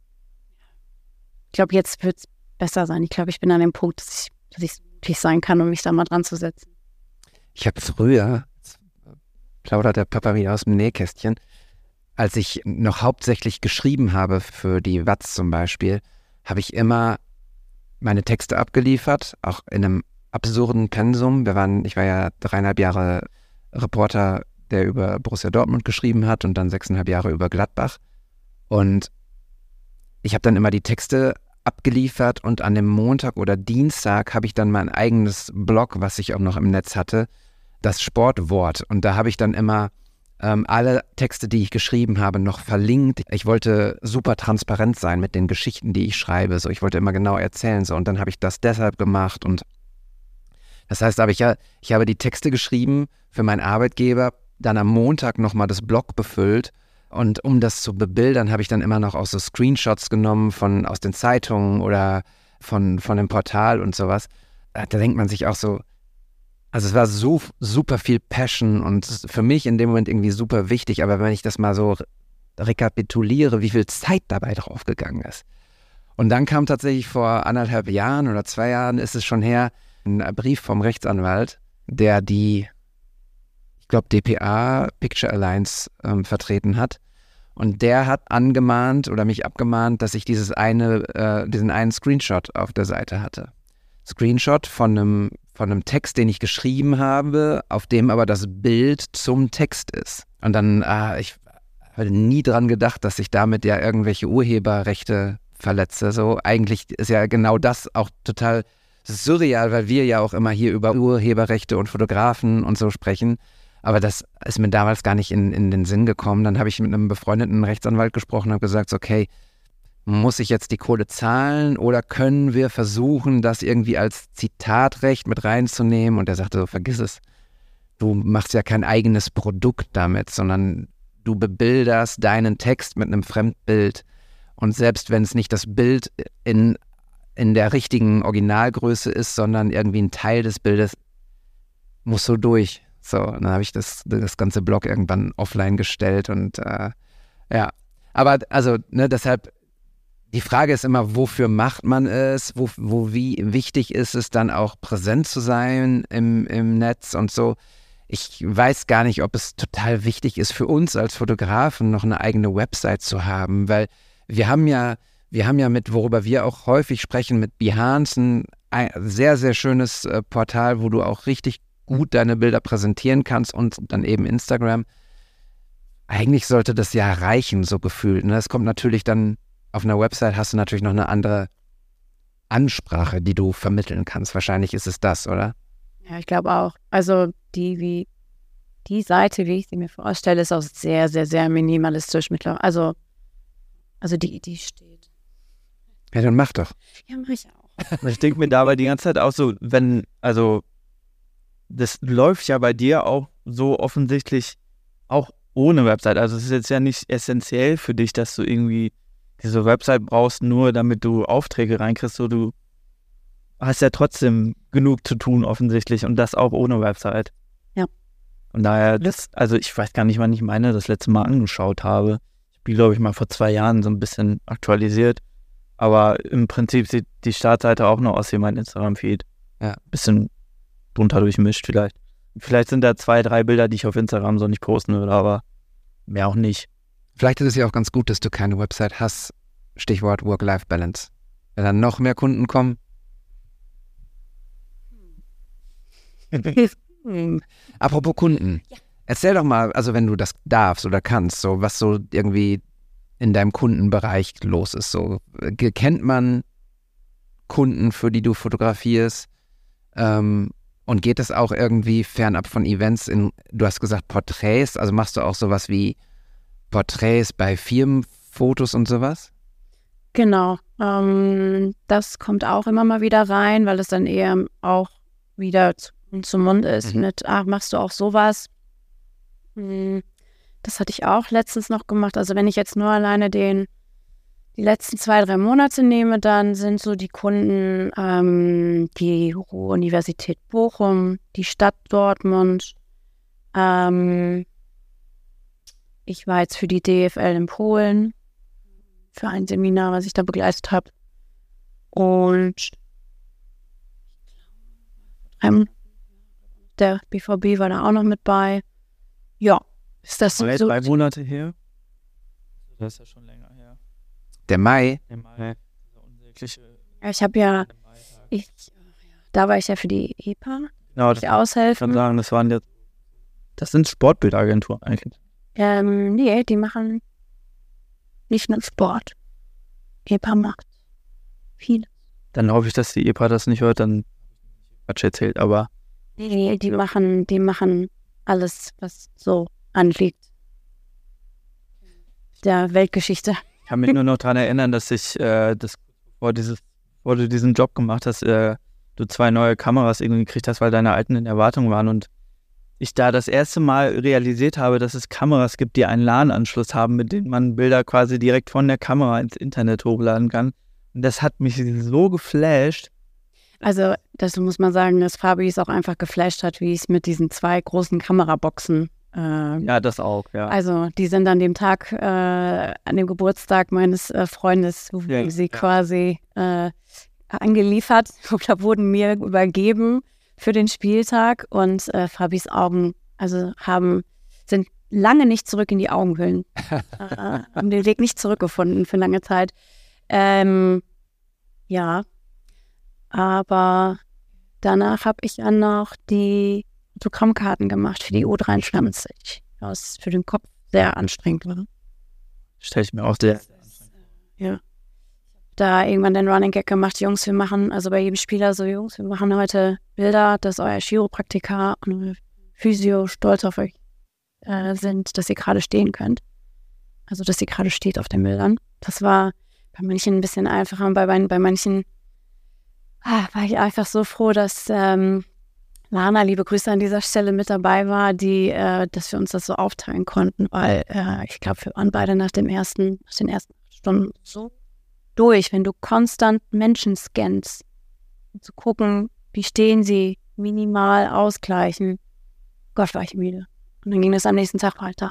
Speaker 7: glaube, jetzt wird es besser sein. Ich glaube, ich bin an dem Punkt, dass ich mutig sein kann, um mich da mal dran zu setzen.
Speaker 1: Ich habe früher, jetzt plaudert der Papa wieder aus dem Nähkästchen, als ich noch hauptsächlich geschrieben habe für die Watz zum Beispiel, habe ich immer meine Texte abgeliefert, auch in einem absurden Pensum. Ich war ja 3,5 Jahre Reporter, der über Borussia Dortmund geschrieben hat und dann 6,5 Jahre über Gladbach. Und ich habe dann immer die Texte abgeliefert und an dem Montag oder Dienstag habe ich dann mein eigenes Blog, was ich auch noch im Netz hatte, das Sportwort. Und da habe ich dann immer alle Texte, die ich geschrieben habe, noch verlinkt. Ich wollte super transparent sein mit den Geschichten, die ich schreibe. So, ich wollte immer genau erzählen. So, und dann habe ich das deshalb gemacht. Und das heißt, ich habe die Texte geschrieben für meinen Arbeitgeber, dann am Montag nochmal das Blog befüllt. Und um das zu bebildern, habe ich dann immer noch auch so Screenshots genommen aus den Zeitungen oder von dem Portal und sowas. Da denkt man sich auch so, also es war so super viel Passion und für mich in dem Moment irgendwie super wichtig, aber wenn ich das mal so rekapituliere, wie viel Zeit dabei draufgegangen ist. Und dann kam tatsächlich vor 1,5 Jahren oder 2 Jahren ist es schon her, ein Brief vom Rechtsanwalt, der die, ich glaube, DPA, Picture Alliance, vertreten hat. Und der hat angemahnt oder mich abgemahnt, dass ich diesen einen Screenshot auf der Seite hatte. Screenshot von einem Text, den ich geschrieben habe, auf dem aber das Bild zum Text ist. Und dann, ich habe nie dran gedacht, dass ich damit ja irgendwelche Urheberrechte verletze. So, eigentlich ist ja genau das auch total surreal, weil wir ja auch immer hier über Urheberrechte und Fotografen und so sprechen. Aber das ist mir damals gar nicht in den Sinn gekommen. Dann habe ich mit einem befreundeten Rechtsanwalt gesprochen und habe gesagt, okay, muss ich jetzt die Kohle zahlen oder können wir versuchen, das irgendwie als Zitatrecht mit reinzunehmen? Und er sagte so, vergiss es. Du machst ja kein eigenes Produkt damit, sondern du bebilderst deinen Text mit einem Fremdbild. Und selbst wenn es nicht das Bild in der richtigen Originalgröße ist, sondern irgendwie ein Teil des Bildes, musst du durch. So, dann habe ich das ganze Blog irgendwann offline gestellt und ja. Aber also, deshalb, die Frage ist immer, wofür macht man es? Wie wichtig ist es dann auch präsent zu sein im Netz und so? Ich weiß gar nicht, ob es total wichtig ist für uns als Fotografen noch eine eigene Website zu haben, weil wir haben ja mit, worüber wir auch häufig sprechen, mit Behance ein sehr, sehr schönes Portal, wo du auch richtig gut deine Bilder präsentieren kannst und dann eben Instagram. Eigentlich sollte das ja reichen, so gefühlt. Ne? Es kommt natürlich dann, auf einer Website hast du natürlich noch eine andere Ansprache, die du vermitteln kannst. Wahrscheinlich ist es das, oder?
Speaker 7: Ja, ich glaube auch. Also die Seite, wie ich sie mir vorstelle, ist auch sehr, sehr, sehr minimalistisch mittlerweile. Also die Idee steht.
Speaker 1: Ja, dann mach doch.
Speaker 7: Ja, mach ich auch.
Speaker 6: Ich denke mir dabei die ganze Zeit auch so, das läuft ja bei dir auch so offensichtlich auch ohne Website. Also es ist jetzt ja nicht essentiell für dich, dass du irgendwie diese Website brauchst, nur damit du Aufträge reinkriegst. So, du hast ja trotzdem genug zu tun offensichtlich und das auch ohne Website.
Speaker 7: Ja.
Speaker 6: Von daher, also ich weiß gar nicht, wann ich meine das letzte Mal angeschaut habe. Ich bin, glaube ich, mal vor 2 Jahren so ein bisschen aktualisiert. Aber im Prinzip sieht die Startseite auch noch aus wie mein Instagram-Feed.
Speaker 1: Ja.
Speaker 6: Bisschen drunter durchmischt vielleicht. Vielleicht sind da 2, 3 Bilder, die ich auf Instagram so nicht posten würde, aber mehr auch nicht.
Speaker 1: Vielleicht ist es ja auch ganz gut, dass du keine Website hast, Stichwort Work-Life-Balance. Wenn dann noch mehr Kunden kommen. Apropos Kunden. Ja. Erzähl doch mal, also wenn du das darfst oder kannst, so was so irgendwie in deinem Kundenbereich los ist. So kennt man Kunden, für die du fotografierst? Und geht es auch irgendwie fernab von Events du hast gesagt Porträts, also machst du auch sowas wie Porträts bei Firmenfotos und sowas?
Speaker 7: Genau, das kommt auch immer mal wieder rein, weil es dann eher auch wieder zum Mund ist mit, machst du auch sowas? Das hatte ich auch letztens noch gemacht. Also wenn ich jetzt nur alleine die letzten 2-3 Monate nehme, dann sind so die Kunden die Ruhr-Universität Bochum, die Stadt Dortmund. Ich war jetzt für die DFL in Polen für ein Seminar, was ich da begleitet habe. Und der BVB war da auch noch mit bei. Ja, ist das so?
Speaker 6: 3 Monate her? Das ist ja schon länger her.
Speaker 1: Der Mai?
Speaker 6: Der Mai. Dieser unsägliche.
Speaker 7: Ja, ich habe ja, da war ich ja für die EPA.
Speaker 6: Genau,
Speaker 7: die aushelfen.
Speaker 6: Ich kann sagen, das sind Sportbildagenturen eigentlich.
Speaker 7: Nee, die machen nicht nur Sport. EPA macht viel.
Speaker 6: Dann hoffe ich, dass die EPA das nicht hört, dann Quatsch erzählt, aber.
Speaker 7: Nee, die machen alles, was so anliegt. Der Weltgeschichte.
Speaker 6: Ich kann mich nur noch daran erinnern, dass bevor du diesen Job gemacht hast, du 2 neue Kameras irgendwie gekriegt hast, weil deine alten in Erwartung waren und ich da das erste Mal realisiert habe, dass es Kameras gibt, die einen LAN-Anschluss haben, mit denen man Bilder quasi direkt von der Kamera ins Internet hochladen kann. Und das hat mich so geflasht.
Speaker 7: Also, das muss man sagen, dass Fabi es auch einfach geflasht hat, wie es mit diesen 2 großen Kameraboxen.
Speaker 6: Ja, das auch, ja.
Speaker 7: Also, die sind an dem Tag, an dem Geburtstag meines Freundes, sie quasi angeliefert oder wurden mir übergeben für den Spieltag und Fabis Augen, also sind lange nicht zurück in die Augenhöhlen. Haben den Weg nicht zurückgefunden für lange Zeit. Ja, aber danach habe ich dann noch die Autogrammkarten gemacht für die U23, was für den Kopf sehr anstrengend war.
Speaker 6: Stelle ich mir auch sehr
Speaker 7: ja. Da irgendwann den Running Gag gemacht, Jungs, wir machen, also bei jedem Spieler so, Jungs, wir machen heute Bilder, dass euer Chiropraktiker und euer Physio stolz auf euch sind, dass ihr gerade stehen könnt. Also, dass ihr gerade steht auf den Bildern. Das war bei manchen ein bisschen einfacher und bei manchen war ich einfach so froh, dass Lana, liebe Grüße an dieser Stelle, mit dabei war, dass wir uns das so aufteilen konnten, weil ich glaube, wir waren beide nach den ersten 8 Stunden so durch, wenn du konstant Menschen scannst, um zu gucken, wie stehen sie, minimal ausgleichen. Gott, war ich müde. Und dann ging es am nächsten Tag weiter.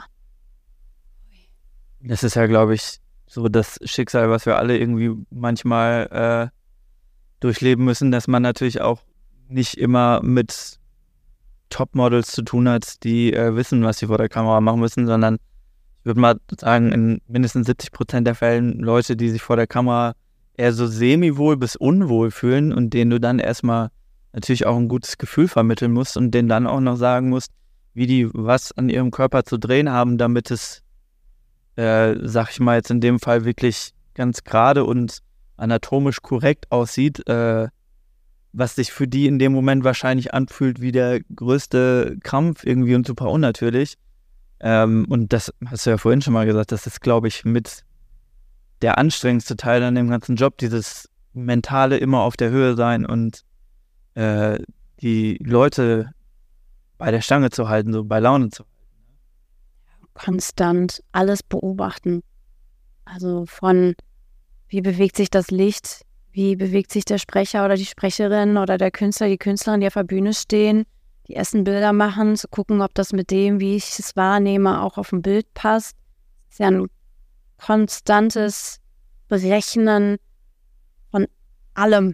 Speaker 6: Das ist ja, glaube ich, so das Schicksal, was wir alle irgendwie manchmal durchleben müssen, dass man natürlich auch nicht immer mit Topmodels zu tun hat, die wissen, was sie vor der Kamera machen müssen, sondern ich würde mal sagen, in mindestens 70% der Fällen Leute, die sich vor der Kamera eher so semi-wohl bis unwohl fühlen und denen du dann erstmal natürlich auch ein gutes Gefühl vermitteln musst und denen dann auch noch sagen musst, wie die was an ihrem Körper zu drehen haben, damit es, sag ich mal jetzt in dem Fall, wirklich ganz gerade und anatomisch korrekt aussieht, was sich für die in dem Moment wahrscheinlich anfühlt wie der größte Krampf irgendwie und super unnatürlich. Und das hast du ja vorhin schon mal gesagt, das ist, glaube ich, mit der anstrengendste Teil an dem ganzen Job, dieses mentale immer auf der Höhe sein und die Leute bei der Stange zu halten, so bei Laune zu halten.
Speaker 7: Konstant alles beobachten. Also von, wie bewegt sich das Licht, wie bewegt sich der Sprecher oder die Sprecherin oder der Künstler, die Künstlerin, die auf der Bühne stehen, die ersten Bilder machen, zu gucken, ob das mit dem, wie ich es wahrnehme, auch auf dem Bild passt. Das ist ja ein konstantes Berechnen von allem.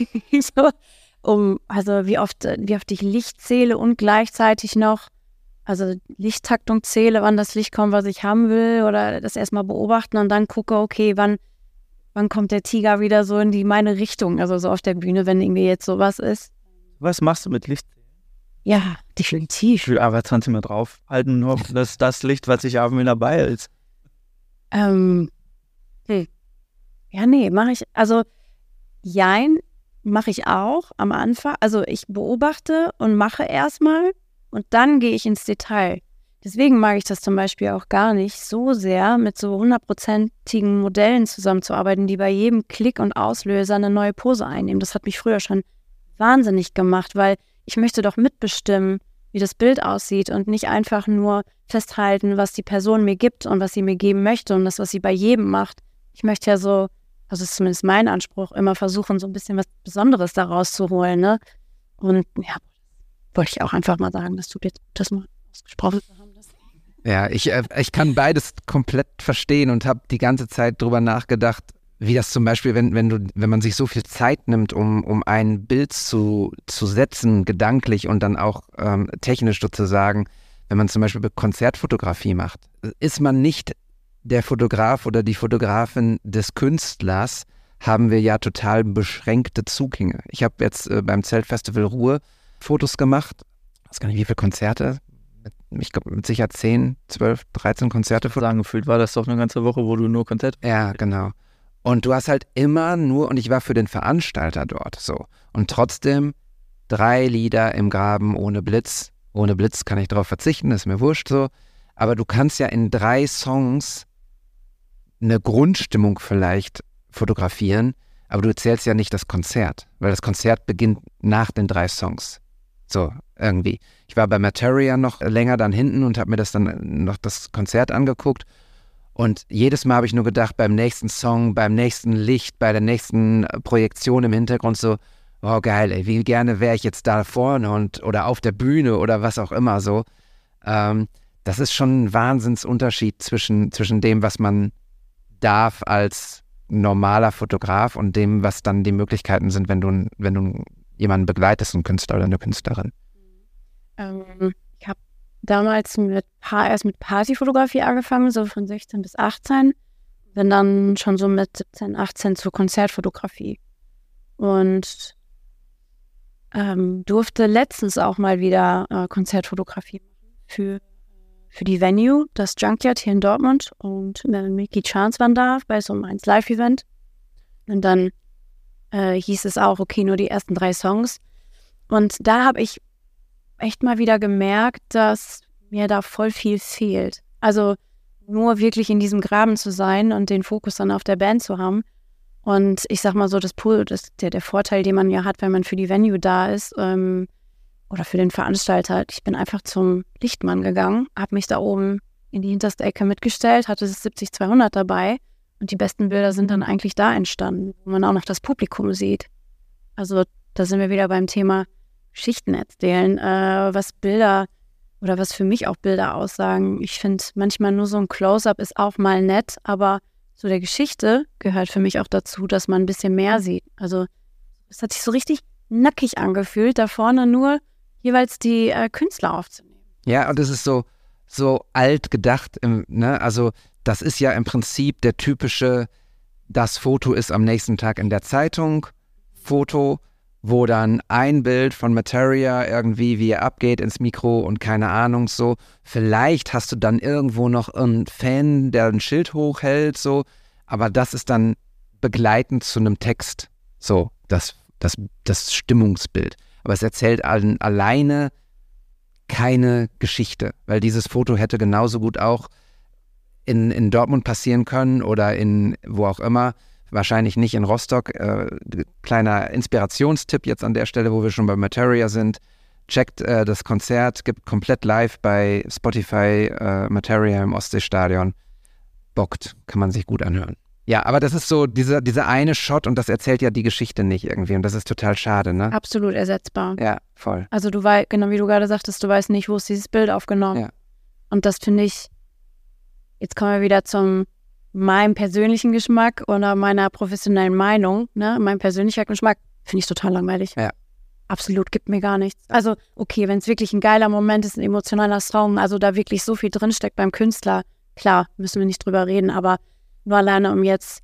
Speaker 7: Also wie oft ich Licht zähle und gleichzeitig noch, also Lichttaktung zähle, wann das Licht kommt, was ich haben will, oder das erstmal beobachten und dann gucke, okay, wann wann kommt der Tiger wieder so in meine Richtung, also so auf der Bühne, wenn irgendwie jetzt sowas ist.
Speaker 6: Was machst du mit Licht?
Speaker 7: Ja, definitiv.
Speaker 6: Ich will aber 20 Mal draufhalten, nur dass das Licht, was ich auf mir dabei ist.
Speaker 7: Ja, nee, mache ich, also jein, mache ich auch am Anfang. Also ich beobachte und mache erstmal und dann gehe ich ins Detail. Deswegen mag ich das zum Beispiel auch gar nicht so sehr, mit so 100%igen Modellen zusammenzuarbeiten, die bei jedem Klick und Auslöser eine neue Pose einnehmen. Das hat mich früher schon wahnsinnig gemacht, weil ich möchte doch mitbestimmen, wie das Bild aussieht und nicht einfach nur festhalten, was die Person mir gibt und was sie mir geben möchte und das, was sie bei jedem macht. Ich möchte ja so, das ist zumindest mein Anspruch, immer versuchen, so ein bisschen was Besonderes daraus zu holen, ne? Und ja, wollte ich auch einfach mal sagen, dass du jetzt das mal ausgesprochen hast.
Speaker 1: Ja, ich kann beides komplett verstehen und habe die ganze Zeit drüber nachgedacht, wie das zum Beispiel, wenn man sich so viel Zeit nimmt, um ein Bild zu setzen, gedanklich und dann auch technisch sozusagen, wenn man zum Beispiel Konzertfotografie macht, ist man nicht der Fotograf oder die Fotografin des Künstlers, haben wir ja total beschränkte Zugänge. Ich habe jetzt beim Zeltfestival Ruhr Fotos gemacht, ich weiß gar nicht, wie viele Konzerte, ich glaube mit Sicherheit 10, 12, 13 Konzerte.
Speaker 6: Sagen gefühlt war das doch eine ganze Woche, wo du nur Konzerte.
Speaker 1: Ja, genau. Und du hast halt immer nur, und ich war für den Veranstalter dort so. Und trotzdem 3 Lieder im Graben ohne Blitz. Ohne Blitz kann ich darauf verzichten, ist mir wurscht so. Aber du kannst ja in 3 Songs eine Grundstimmung vielleicht fotografieren, aber du zählst ja nicht das Konzert, weil das Konzert beginnt nach den 3 Songs. So, irgendwie. Ich war bei Materia noch länger dann hinten und habe mir das dann noch das Konzert angeguckt. Und jedes Mal habe ich nur gedacht, beim nächsten Song, beim nächsten Licht, bei der nächsten Projektion im Hintergrund so, oh geil, ey, wie gerne wäre ich jetzt da vorne oder auf der Bühne oder was auch immer so. Das ist schon ein Wahnsinnsunterschied zwischen dem, was man darf als normaler Fotograf und dem, was dann die Möglichkeiten sind, wenn du jemanden begleitest, einen Künstler oder eine Künstlerin.
Speaker 7: Ich habe damals erst mit Partyfotografie angefangen, so von 16 bis 18. Bin dann schon so mit 17, 18 zur Konzertfotografie. Und durfte letztens auch mal wieder Konzertfotografie machen für die Venue, das Junkyard hier in Dortmund. Und Milky Chance waren da bei so einem 1 Live-Event. Und dann hieß es auch, okay, nur die ersten 3 Songs. Und da habe ich echt mal wieder gemerkt, dass mir da voll viel fehlt. Also nur wirklich in diesem Graben zu sein und den Fokus dann auf der Band zu haben. Und ich sag mal so, der Vorteil, den man ja hat, wenn man für die Venue da ist oder für den Veranstalter, ich bin einfach zum Lichtmann gegangen, habe mich da oben in die hinterste Ecke mitgestellt, hatte das 70-200 dabei und die besten Bilder sind dann eigentlich da entstanden, wo man auch noch das Publikum sieht. Also da sind wir wieder beim Thema Geschichten erzählen, was Bilder oder was für mich auch Bilder aussagen. Ich finde manchmal nur so ein Close-Up ist auch mal nett, aber zu der Geschichte gehört für mich auch dazu, dass man ein bisschen mehr sieht. Also es hat sich so richtig nackig angefühlt, da vorne nur jeweils die Künstler aufzunehmen.
Speaker 1: Ja, und es ist so alt gedacht, ne? Also das ist ja im Prinzip der typische, das Foto ist am nächsten Tag in der Zeitung, Foto, wo dann ein Bild von Materia irgendwie, wie er abgeht ins Mikro und keine Ahnung so. Vielleicht hast du dann irgendwo noch einen Fan, der ein Schild hochhält, so. Aber das ist dann begleitend zu einem Text, so, das Stimmungsbild. Aber es erzählt alleine keine Geschichte, weil dieses Foto hätte genauso gut auch in Dortmund passieren können oder in wo auch immer. Wahrscheinlich nicht in Rostock. Kleiner Inspirationstipp jetzt an der Stelle, wo wir schon bei Materia sind. Checkt das Konzert, gibt komplett live bei Spotify Materia im Ostseestadion. Bockt, kann man sich gut anhören. Ja, aber das ist so dieser eine Shot und das erzählt ja die Geschichte nicht irgendwie und das ist total schade, ne?
Speaker 7: Absolut ersetzbar.
Speaker 1: Ja, voll.
Speaker 7: Also du weißt, genau wie du gerade sagtest, du weißt nicht, wo ist dieses Bild aufgenommen. Ja. Und das finde ich, jetzt kommen wir wieder zum meinem persönlichen Geschmack oder meiner professionellen Meinung, ne? Mein persönlicher Geschmack finde ich total langweilig.
Speaker 1: Ja.
Speaker 7: Absolut, gibt mir gar nichts. Also, okay, wenn es wirklich ein geiler Moment ist, ein emotionaler Song, also da wirklich so viel drinsteckt beim Künstler, klar, müssen wir nicht drüber reden, aber nur alleine, um jetzt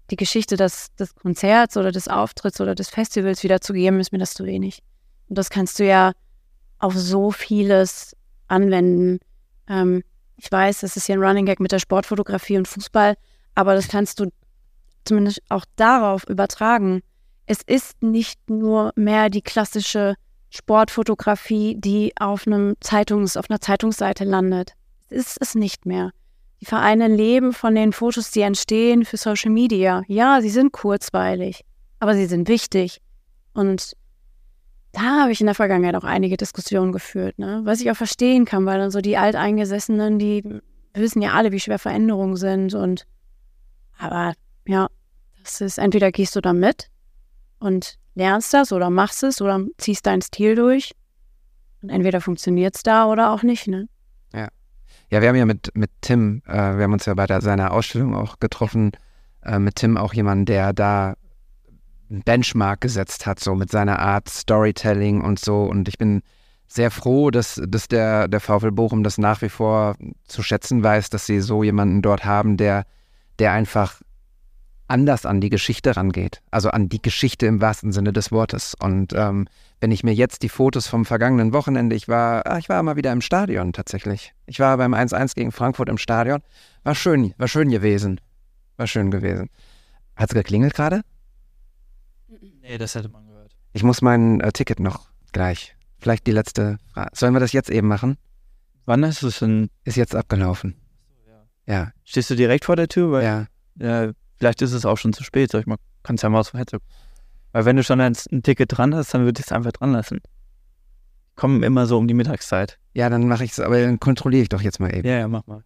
Speaker 7: die Geschichte des Konzerts oder des Auftritts oder des Festivals wiederzugeben, ist mir das zu wenig. Und das kannst du ja auf so vieles anwenden. Ich weiß, das ist hier ein Running Gag mit der Sportfotografie und Fußball, aber das kannst du zumindest auch darauf übertragen. Es ist nicht nur mehr die klassische Sportfotografie, die auf einer Zeitungsseite landet. Es ist es nicht mehr. Die Vereine leben von den Fotos, die entstehen für Social Media. Ja, sie sind kurzweilig, aber sie sind wichtig. Und da habe ich in der Vergangenheit auch einige Diskussionen geführt, ne? Was ich auch verstehen kann, weil dann so die Alteingesessenen, die wissen ja alle, wie schwer Veränderungen sind. Aber ja, das ist, entweder gehst du da mit und lernst das oder machst es oder ziehst deinen Stil durch. Und entweder funktioniert es da oder auch nicht, ne?
Speaker 1: Ja, wir haben ja mit Tim, wir haben uns ja bei seiner Ausstellung auch getroffen, mit Tim auch jemanden, der da einen Benchmark gesetzt hat, so mit seiner Art Storytelling und so. Und ich bin sehr froh, dass der VfL Bochum das nach wie vor zu schätzen weiß, dass sie so jemanden dort haben, der einfach anders an die Geschichte rangeht. Also an die Geschichte im wahrsten Sinne des Wortes. Und wenn ich mir jetzt die Fotos vom vergangenen Wochenende, ich war mal wieder im Stadion tatsächlich. Ich war beim 1-1 gegen Frankfurt im Stadion. War schön gewesen. War schön gewesen. Hat es geklingelt gerade?
Speaker 6: Nee, das hätte man gehört.
Speaker 1: Ich muss mein Ticket noch gleich. Vielleicht die letzte Frage. Sollen wir das jetzt eben machen?
Speaker 6: Wann ist es denn?
Speaker 1: Ist jetzt abgelaufen. Ja.
Speaker 6: Stehst du direkt vor der Tür? Weil,
Speaker 1: Ja.
Speaker 6: vielleicht ist es auch schon zu spät. Sag ich mal, kannst ja mal aus dem Headset. Weil wenn du schon ein Ticket dran hast, dann würde ich es einfach dran lassen. Kommen immer so um die Mittagszeit.
Speaker 1: Ja, dann mache ich es, aber dann kontrolliere ich doch jetzt mal eben.
Speaker 6: Ja, mach mal.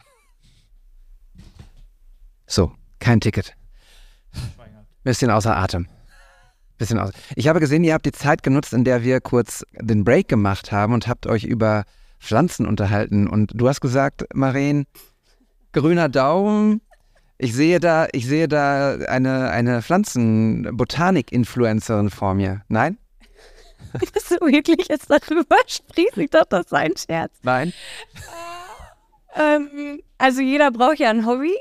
Speaker 1: So, kein Ticket. Bisschen außer Atem. Ich habe gesehen, ihr habt die Zeit genutzt, in der wir kurz den Break gemacht haben und habt euch über Pflanzen unterhalten. Und du hast gesagt, Maren, grüner Daumen. Ich sehe da eine Pflanzenbotanik-Influencerin vor mir. Nein?
Speaker 7: Dass du wirklich jetzt darüber sprichst, ich dachte, das sei ein Scherz.
Speaker 1: Nein?
Speaker 7: Also jeder braucht ja ein Hobby.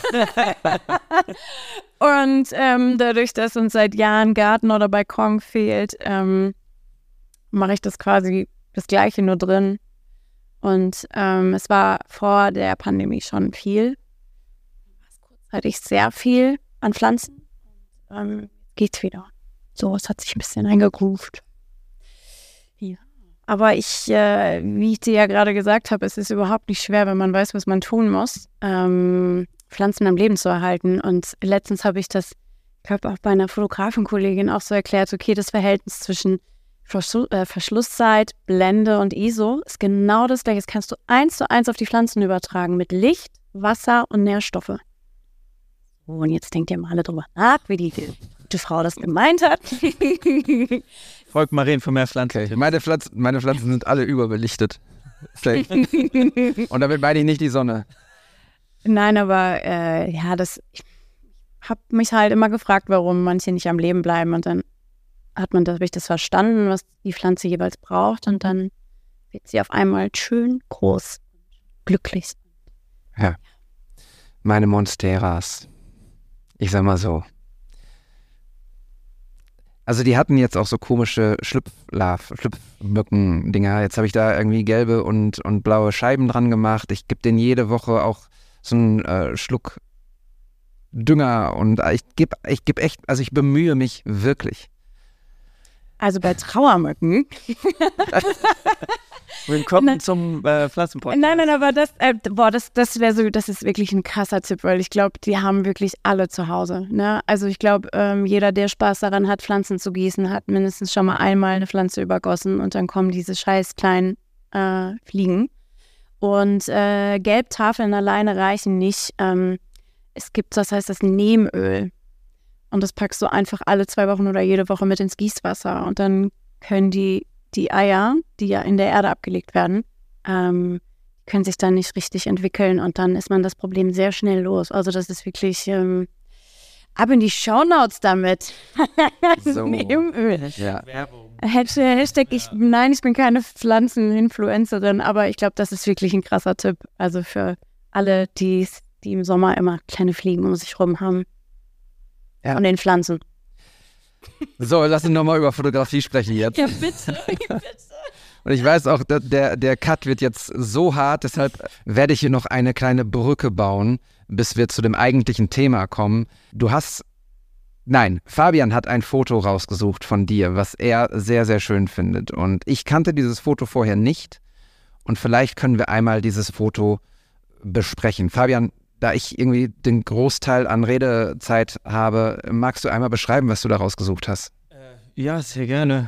Speaker 7: Und dadurch, dass uns seit Jahren Garten oder Balkon fehlt, mache ich das quasi das Gleiche nur drin. Und es war vor der Pandemie schon viel. Hatte ich sehr viel an Pflanzen. Geht's wieder. So, es hat sich ein bisschen eingegroovt. Ja. Aber wie ich dir ja gerade gesagt habe, es ist überhaupt nicht schwer, wenn man weiß, was man tun muss, Pflanzen am Leben zu erhalten. Und letztens habe ich das, ich glaube auch bei einer Fotografenkollegin auch so erklärt, okay, das Verhältnis zwischen Verschlusszeit, Blende und ISO ist genau das gleiche. Das kannst du 1:1 auf die Pflanzen übertragen mit Licht, Wasser und Nährstoffe. Und jetzt denkt ihr mal alle drüber nach, wie die gute Frau das gemeint hat.
Speaker 6: Folgt Maren für mehr Pflanzen.
Speaker 1: Okay. Meine Pflanzen sind alle überbelichtet. Und damit meine ich nicht die Sonne.
Speaker 7: Nein, aber ich habe mich halt immer gefragt, warum manche nicht am Leben bleiben. Und dann habe ich das verstanden, was die Pflanze jeweils braucht. Und dann wird sie auf einmal schön groß, glücklich.
Speaker 1: Ja. Meine Monsteras. Ich sag mal so. Also die hatten jetzt auch so komische Schlüpfmücken-Dinger. Jetzt habe ich da irgendwie gelbe und blaue Scheiben dran gemacht. Ich gebe denen jede Woche auch so einen Schluck Dünger und ich gebe echt, also ich bemühe mich wirklich.
Speaker 7: Also bei Trauermücken.
Speaker 6: Willkommen zum Pflanzenpodcast.
Speaker 7: Nein, aber das wäre so, das ist wirklich ein krasser Tipp, weil ich glaube, die haben wirklich alle zu Hause. Ne? Also ich glaube, jeder, der Spaß daran hat, Pflanzen zu gießen, hat mindestens schon mal einmal eine Pflanze übergossen und dann kommen diese scheiß kleinen Fliegen. Und Gelbtafeln alleine reichen nicht. Es gibt, das heißt das Neemöl. Und das packst du einfach alle 2 Wochen oder jede Woche mit ins Gießwasser. Und dann können die Eier, die ja in der Erde abgelegt werden, können sich dann nicht richtig entwickeln. Und dann ist man das Problem sehr schnell los. Also das ist wirklich ab in die Shownotes damit.
Speaker 1: So.
Speaker 7: Neemöl.
Speaker 1: Ja.
Speaker 7: Hashtag nein, ich bin keine Pflanzen-Influencerin, aber ich glaube, das ist wirklich ein krasser Tipp. Also für alle, die im Sommer immer kleine Fliegen um sich rum haben.
Speaker 1: Ja.
Speaker 7: von den Pflanzen.
Speaker 1: So, lass uns nochmal über Fotografie sprechen jetzt.
Speaker 7: Ja, bitte.
Speaker 1: Und ich weiß auch, der Cut wird jetzt so hart, deshalb werde ich hier noch eine kleine Brücke bauen, bis wir zu dem eigentlichen Thema kommen. Fabian hat ein Foto rausgesucht von dir, was er sehr, sehr schön findet. Und ich kannte dieses Foto vorher nicht. Und vielleicht können wir einmal dieses Foto besprechen. Fabian, da ich irgendwie den Großteil an Redezeit habe, magst du einmal beschreiben, was du da rausgesucht hast?
Speaker 6: Ja, sehr gerne.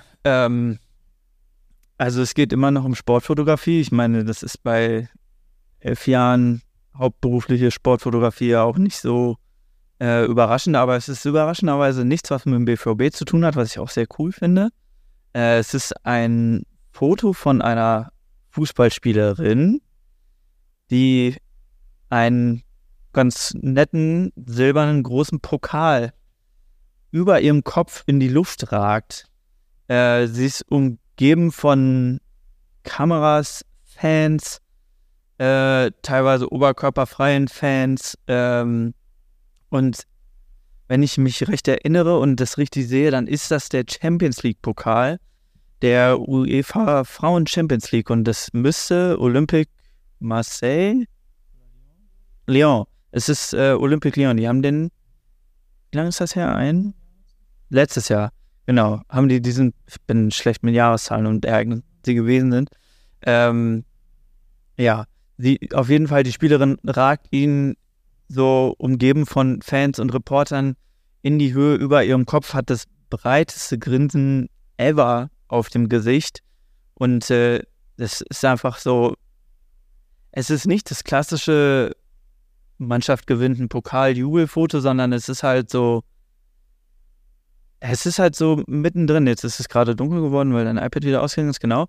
Speaker 6: Also es geht immer noch um Sportfotografie. Ich meine, das ist bei 11 Jahren hauptberufliche Sportfotografie ja auch nicht so überraschend, aber es ist überraschenderweise nichts, was mit dem BVB zu tun hat, was ich auch sehr cool finde. Es ist ein Foto von einer Fußballspielerin, die einen ganz netten, silbernen, großen Pokal über ihrem Kopf in die Luft ragt. Sie ist umgeben von Kameras, Fans, teilweise oberkörperfreien Fans. Und wenn ich mich recht erinnere und das richtig sehe, dann ist das der Champions League-Pokal, der UEFA Frauen Champions League. Und das müsste Olympique Marseille? Lyon. Es ist Olympique Lyon. Die haben den, wie lange ist das her? Letztes Jahr, genau, haben die ich bin schlecht mit Jahreszahlen und Ereignissen, die gewesen sind. Auf jeden Fall, die Spielerin ragt ihnen so umgeben von Fans und Reportern in die Höhe über ihrem Kopf, hat das breiteste Grinsen ever auf dem Gesicht. Und das ist einfach so, es ist nicht das klassische Mannschaft gewinnt ein Pokal-Jubelfoto, sondern es ist halt so mittendrin. Jetzt ist es gerade dunkel geworden, weil dein iPad wieder ausgegangen ist, genau.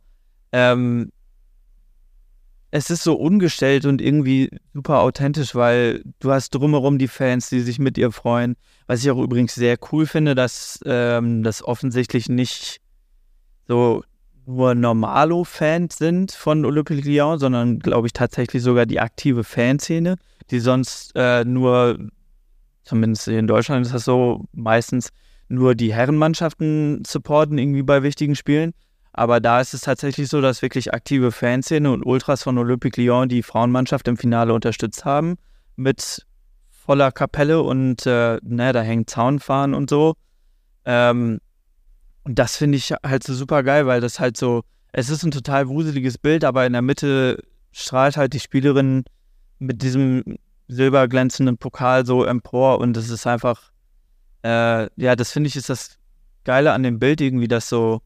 Speaker 6: Es ist so ungestellt und irgendwie super authentisch, weil du hast drumherum die Fans, die sich mit ihr freuen. Was ich auch übrigens sehr cool finde, dass das offensichtlich nicht so nur Normalo-Fans sind von Olympique Lyon, sondern, glaube ich, tatsächlich sogar die aktive Fanszene, die sonst nur, zumindest in Deutschland ist das so, meistens nur die Herrenmannschaften supporten irgendwie bei wichtigen Spielen. Aber da ist es tatsächlich so, dass wirklich aktive Fanszene und Ultras von Olympique Lyon die Frauenmannschaft im Finale unterstützt haben mit voller Kapelle und da hängen Zaunfahnen und so. Und das finde ich halt so super geil, weil das halt so, es ist ein total wuseliges Bild, aber in der Mitte strahlt halt die Spielerin mit diesem silberglänzenden Pokal so empor und das ist einfach, das finde ich ist das Geile an dem Bild irgendwie, dass so,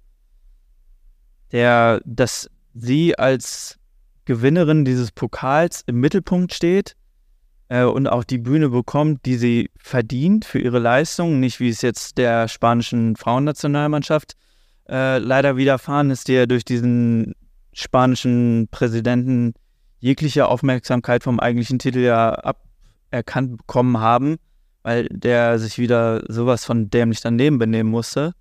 Speaker 6: dass sie als Gewinnerin dieses Pokals im Mittelpunkt steht und auch die Bühne bekommt, die sie verdient für ihre Leistung, nicht wie es jetzt der spanischen Frauennationalmannschaft leider widerfahren ist, die ja durch diesen spanischen Präsidenten jegliche Aufmerksamkeit vom eigentlichen Titel ja aberkannt bekommen haben, weil der sich wieder sowas von dämlich daneben benehmen musste.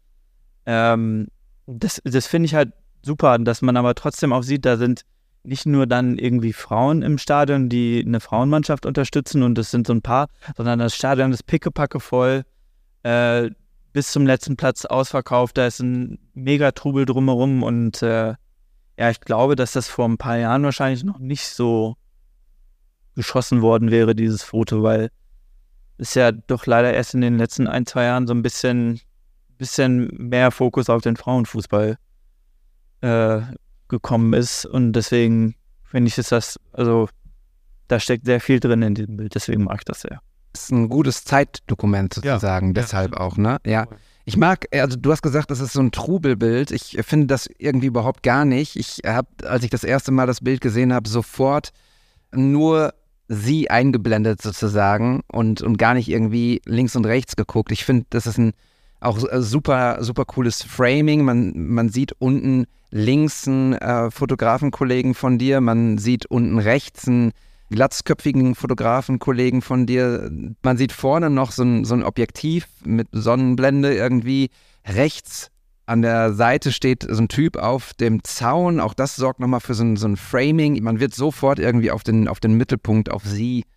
Speaker 6: Das finde ich halt super, dass man aber trotzdem auch sieht, da sind nicht nur dann irgendwie Frauen im Stadion, die eine Frauenmannschaft unterstützen und das sind so ein paar, sondern das Stadion ist pickepacke voll, bis zum letzten Platz ausverkauft, da ist ein mega Trubel drumherum und ich glaube, dass das vor ein paar Jahren wahrscheinlich noch nicht so geschossen worden wäre, dieses Foto, weil es ja doch leider erst in den letzten 1-2 Jahren so ein bisschen mehr Fokus auf den Frauenfußball gekommen ist und deswegen finde ich, da steckt sehr viel drin in diesem Bild, deswegen mag ich das sehr.
Speaker 1: Das ist ein gutes Zeitdokument sozusagen, deshalb auch, ne? Ja. Ich mag, also du hast gesagt, das ist so ein Trubelbild. Ich finde das irgendwie überhaupt gar nicht. Ich habe, als ich das erste Mal das Bild gesehen habe, sofort nur sie eingeblendet sozusagen und gar nicht irgendwie links und rechts geguckt. Ich finde, das ist ein auch super, super cooles Framing. Man sieht unten links einen Fotografenkollegen von dir, man sieht unten rechts einen glatzköpfigen Fotografenkollegen von dir. Man sieht vorne noch so ein Objektiv mit Sonnenblende irgendwie. Rechts an der Seite steht so ein Typ auf dem Zaun. Auch das sorgt nochmal für so ein Framing. Man wird sofort irgendwie auf den Mittelpunkt, auf sie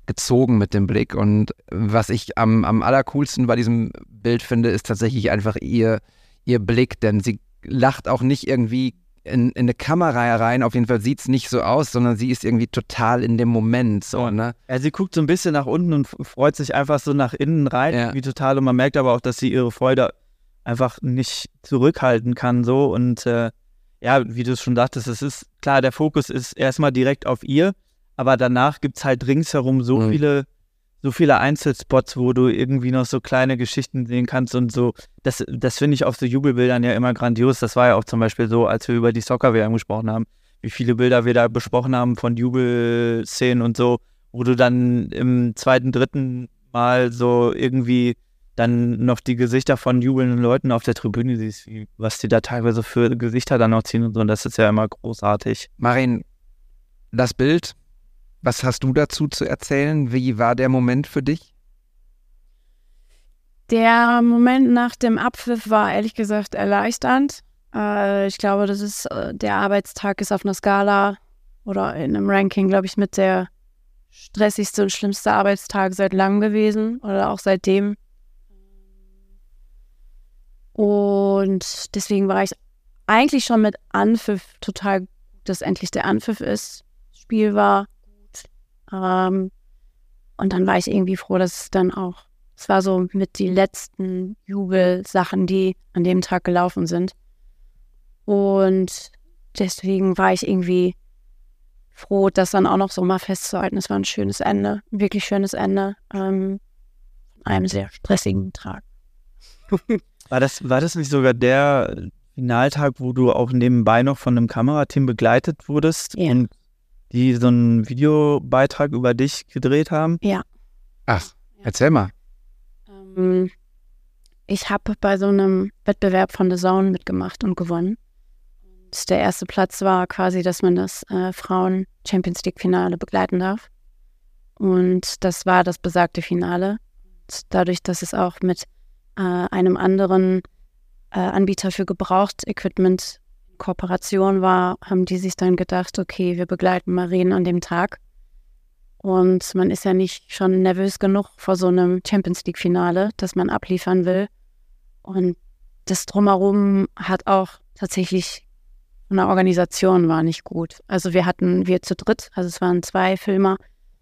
Speaker 1: gezogen mit dem Blick. Und was ich am allercoolsten bei diesem Bild finde, ist tatsächlich einfach ihr Blick, denn sie lacht auch nicht irgendwie in eine Kamera rein, auf jeden Fall sieht es nicht so aus, sondern sie ist irgendwie total in dem Moment, so, ne?
Speaker 6: Ja, sie guckt so ein bisschen nach unten und freut sich einfach so nach innen rein, wie total, und man merkt aber auch, dass sie ihre Freude einfach nicht zurückhalten kann, so, und wie du es schon dachtest, es ist klar, der Fokus ist erstmal direkt auf ihr, aber danach gibt es halt ringsherum so viele Einzelspots, wo du irgendwie noch so kleine Geschichten sehen kannst und so. Das finde ich auf so Jubelbildern ja immer grandios. Das war ja auch zum Beispiel so, als wir über die Soccer-WM gesprochen haben, wie viele Bilder wir da besprochen haben von Jubelszenen und so, wo du dann im zweiten, dritten Mal so irgendwie dann noch die Gesichter von jubelnden Leuten auf der Tribüne siehst, was die da teilweise für Gesichter dann noch ziehen und so. Und das ist ja immer großartig.
Speaker 1: Marin, das Bild, was hast du dazu zu erzählen? Wie war der Moment für dich?
Speaker 7: Der Moment nach dem Abpfiff war ehrlich gesagt erleichternd. Ich glaube, das ist der Arbeitstag ist auf einer Skala oder in einem Ranking, glaube ich, mit der stressigste und schlimmste Arbeitstag seit langem gewesen oder auch seitdem. Und deswegen war ich eigentlich schon mit Anpfiff total gut, dass endlich der Anpfiff ist. Das Spiel war und dann war ich irgendwie froh, dass es war so mit die letzten Jubelsachen, die an dem Tag gelaufen sind. Und deswegen war ich irgendwie froh, das dann auch noch so mal festzuhalten. Es war ein schönes Ende, ein wirklich schönes Ende von einem sehr stressigen Tag.
Speaker 6: War das nicht sogar der Finaltag, wo du auch nebenbei noch von einem Kamerateam begleitet wurdest?
Speaker 7: Ja.
Speaker 6: Und die so einen Videobeitrag über dich gedreht haben?
Speaker 7: Ja.
Speaker 1: Ach, erzähl mal.
Speaker 7: Ich habe bei so einem Wettbewerb von The Zone mitgemacht und gewonnen. Und der erste Platz war quasi, dass man das Frauen-Champions-League-Finale begleiten darf. Und das war das besagte Finale. Und dadurch, dass es auch mit einem anderen Anbieter für Gebraucht-Equipment Kooperation war, haben die sich dann gedacht, okay, wir begleiten Marin an dem Tag. Und man ist ja nicht schon nervös genug vor so einem Champions-League-Finale, das man abliefern will. Und das Drumherum hat auch tatsächlich von der Organisation war nicht gut. Also wir zu dritt, also es waren 2 Filmer,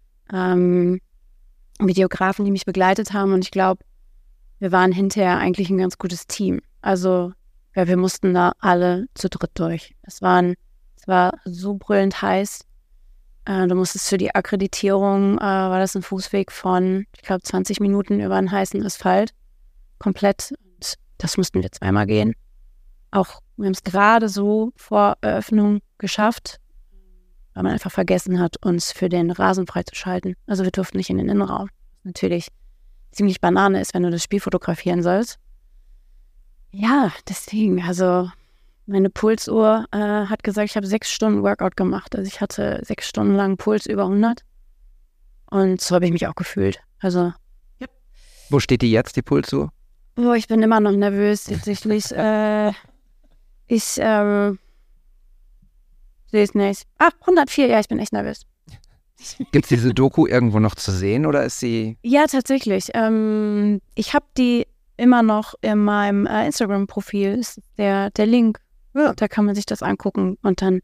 Speaker 7: Videografen, die mich begleitet haben. Und ich glaube, wir waren hinterher eigentlich ein ganz gutes Team. Also ja, wir mussten da alle zu dritt durch. Es war so brüllend heiß. Du musstest für die Akkreditierung, war das ein Fußweg von, ich glaube, 20 Minuten über einen heißen Asphalt. Komplett. Und das mussten wir 2-mal gehen. Auch, wir haben es gerade so vor Eröffnung geschafft, weil man einfach vergessen hat, uns für den Rasen freizuschalten. Also wir durften nicht in den Innenraum. Natürlich ziemlich Banane ist, wenn du das Spiel fotografieren sollst. Ja, deswegen, also meine Pulsuhr hat gesagt, ich habe 6 Stunden Workout gemacht. Also ich hatte 6 Stunden lang Puls über 100. Und so habe ich mich auch gefühlt. Also, ja.
Speaker 1: Wo steht die jetzt, die Pulsuhr?
Speaker 7: Oh, ich bin immer noch nervös. Tatsächlich. Ich sehe es nicht. 104, ja, ich bin echt nervös.
Speaker 1: Gibt es diese Doku irgendwo noch zu sehen oder ist sie?
Speaker 7: Ja, tatsächlich. Ich habe die immer noch in meinem Instagram-Profil, ist der Link. Ja. Da kann man sich das angucken. Und dann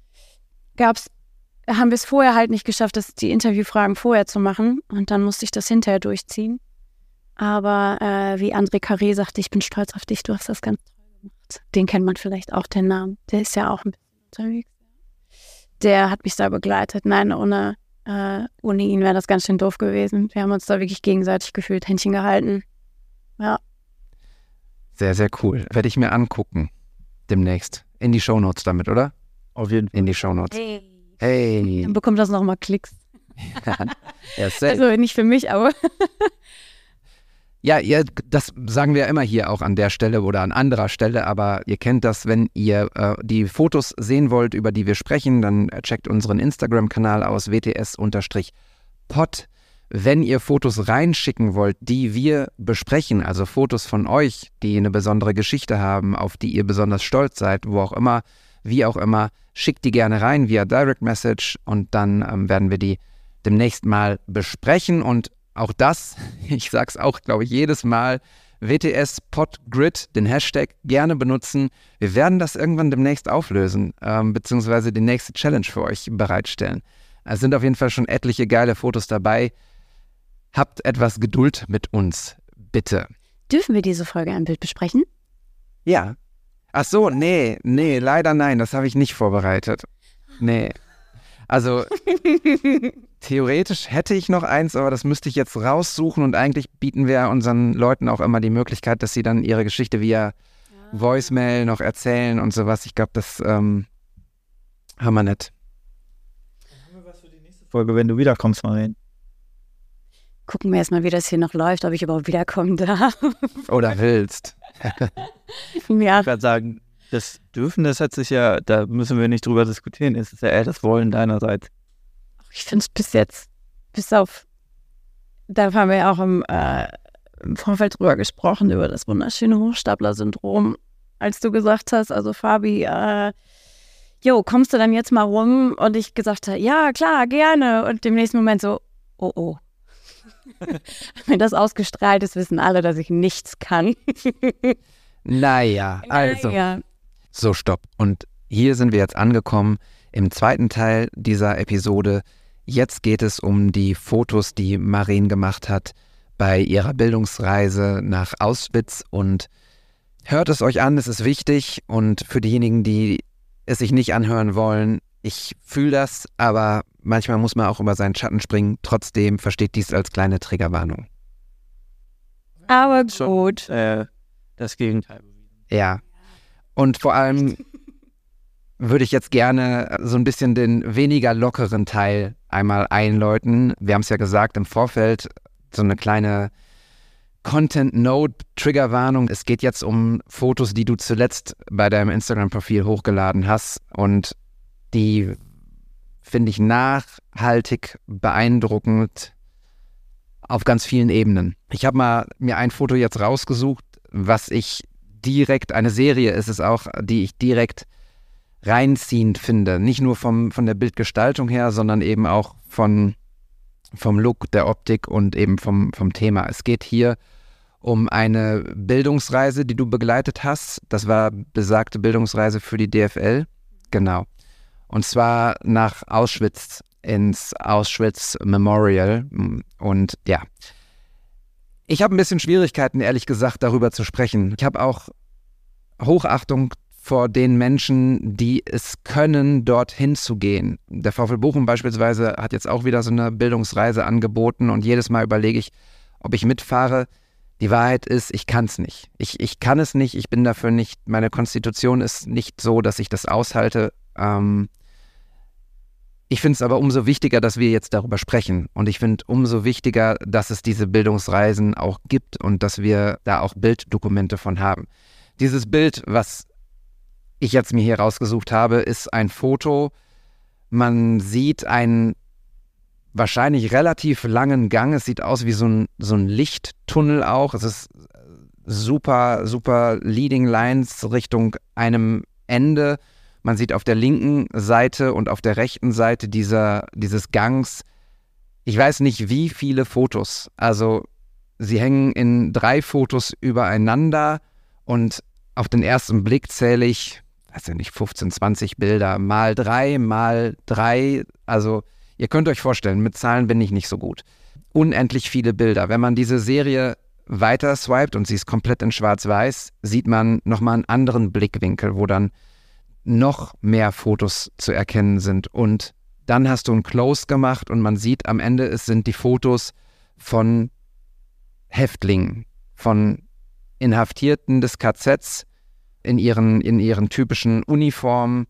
Speaker 7: haben wir es vorher halt nicht geschafft, die Interviewfragen vorher zu machen. Und dann musste ich das hinterher durchziehen. Aber wie André Carré sagte, ich bin stolz auf dich, du hast das ganz toll gemacht. Den kennt man vielleicht auch, den Namen. Der ist ja auch ein bisschen unterwegs. Der hat mich da begleitet. Nein, ohne ihn wäre das ganz schön doof gewesen. Wir haben uns da wirklich gegenseitig gefühlt, Händchen gehalten. Ja.
Speaker 1: Sehr, sehr cool. Werde ich mir angucken. Demnächst. In die Shownotes damit, oder?
Speaker 6: Auf jeden Fall.
Speaker 1: In die Shownotes. Hey.
Speaker 7: Dann bekommt das nochmal Klicks.
Speaker 1: Ja, safe.
Speaker 7: Also nicht für mich, aber.
Speaker 1: Ja, das sagen wir ja immer hier auch an der Stelle oder an anderer Stelle, aber ihr kennt das, wenn ihr die Fotos sehen wollt, über die wir sprechen, dann checkt unseren Instagram-Kanal aus, WTS_pod. Wenn ihr Fotos reinschicken wollt, die wir besprechen, also Fotos von euch, die eine besondere Geschichte haben, auf die ihr besonders stolz seid, wo auch immer, wie auch immer, schickt die gerne rein via Direct Message und dann werden wir die demnächst mal besprechen. Und auch das, ich sag's auch, glaube ich, jedes Mal, WTS Podgrid, den Hashtag, gerne benutzen. Wir werden das irgendwann demnächst auflösen, beziehungsweise die nächste Challenge für euch bereitstellen. Es sind auf jeden Fall schon etliche geile Fotos dabei. Habt etwas Geduld mit uns, bitte.
Speaker 7: Dürfen wir diese Folge ein Bild besprechen?
Speaker 1: Ja. Ach so, nee, leider nein, das habe ich nicht vorbereitet. Nee. Also, theoretisch hätte ich noch eins, aber das müsste ich jetzt raussuchen und eigentlich bieten wir unseren Leuten auch immer die Möglichkeit, dass sie dann ihre Geschichte via Voicemail noch erzählen und sowas. Ich glaube, das haben wir nicht.
Speaker 6: Haben wir was für die nächste Folge, wenn du wiederkommst, Marien?
Speaker 7: Gucken wir erstmal, wie das hier noch läuft, ob ich überhaupt wiederkommen darf.
Speaker 1: Oder willst.
Speaker 7: Ja.
Speaker 6: Ich würde sagen, das Dürfen, das hat sich ja, da müssen wir nicht drüber diskutieren, es ist ja eher das Wollen deinerseits.
Speaker 7: Ich finde es bis jetzt, bis auf, da haben wir ja auch im Vorfeld drüber gesprochen, über das wunderschöne Hochstapler-Syndrom, als du gesagt hast, also Fabi, kommst du dann jetzt mal rum? Und ich gesagt habe, ja, klar, gerne. Und im nächsten Moment so, oh. Wenn das ausgestrahlt ist, wissen alle, dass ich nichts kann.
Speaker 1: Naja, also.
Speaker 7: Ja.
Speaker 1: So, stopp. Und hier sind wir jetzt angekommen im zweiten Teil dieser Episode. Jetzt geht es um die Fotos, die Marien gemacht hat bei ihrer Bildungsreise nach Auschwitz. Und hört es euch an, es ist wichtig. Und für diejenigen, die es sich nicht anhören wollen, ich fühle das, aber manchmal muss man auch über seinen Schatten springen. Trotzdem versteht dies als kleine Triggerwarnung.
Speaker 7: Aber gut.
Speaker 6: Das Gegenteil.
Speaker 1: Ja. Und vor allem würde ich jetzt gerne so ein bisschen den weniger lockeren Teil einmal einläuten. Wir haben es ja gesagt im Vorfeld, so eine kleine Content-Note-Triggerwarnung. Es geht jetzt um Fotos, die du zuletzt bei deinem Instagram-Profil hochgeladen hast und die finde ich nachhaltig beeindruckend auf ganz vielen Ebenen. Ich habe mir ein Foto jetzt rausgesucht, was ich direkt, eine Serie ist es auch, die ich direkt reinziehend finde. Nicht nur von der Bildgestaltung her, sondern eben auch vom Look, der Optik und eben vom Thema. Es geht hier um eine Bildungsreise, die du begleitet hast. Das war besagte Bildungsreise für die DFL. Genau. Und zwar nach Auschwitz, ins Auschwitz Memorial. Und ja, ich habe ein bisschen Schwierigkeiten, ehrlich gesagt, darüber zu sprechen. Ich habe auch Hochachtung vor den Menschen, die es können, dorthin zu gehen. Der VfL Bochum beispielsweise hat jetzt auch wieder so eine Bildungsreise angeboten und jedes Mal überlege ich, ob ich mitfahre. Die Wahrheit ist, ich kann es nicht. Ich kann es nicht, ich bin dafür nicht, meine Konstitution ist nicht so, dass ich das aushalte. Ich finde es aber umso wichtiger, dass wir jetzt darüber sprechen. Und ich finde umso wichtiger, dass es diese Bildungsreisen auch gibt und dass wir da auch Bilddokumente von haben. Dieses Bild, was ich jetzt mir hier rausgesucht habe, ist ein Foto. Man sieht einen wahrscheinlich relativ langen Gang. Es sieht aus wie so ein Lichttunnel auch. Es ist super, super Leading Lines Richtung einem Ende. Man sieht auf der linken Seite und auf der rechten Seite dieses Gangs, ich weiß nicht wie viele Fotos. Also sie hängen in 3 Fotos übereinander und auf den ersten Blick zähle ich, weiß ja nicht, 15, 20 Bilder, mal 3. Also ihr könnt euch vorstellen, mit Zahlen bin ich nicht so gut. Unendlich viele Bilder. Wenn man diese Serie weiter swiped und sie ist komplett in schwarz-weiß, sieht man nochmal einen anderen Blickwinkel, wo dann noch mehr Fotos zu erkennen sind. Und dann hast du ein Close gemacht und man sieht am Ende, es sind die Fotos von Häftlingen, von Inhaftierten des KZs in ihren typischen Uniformen.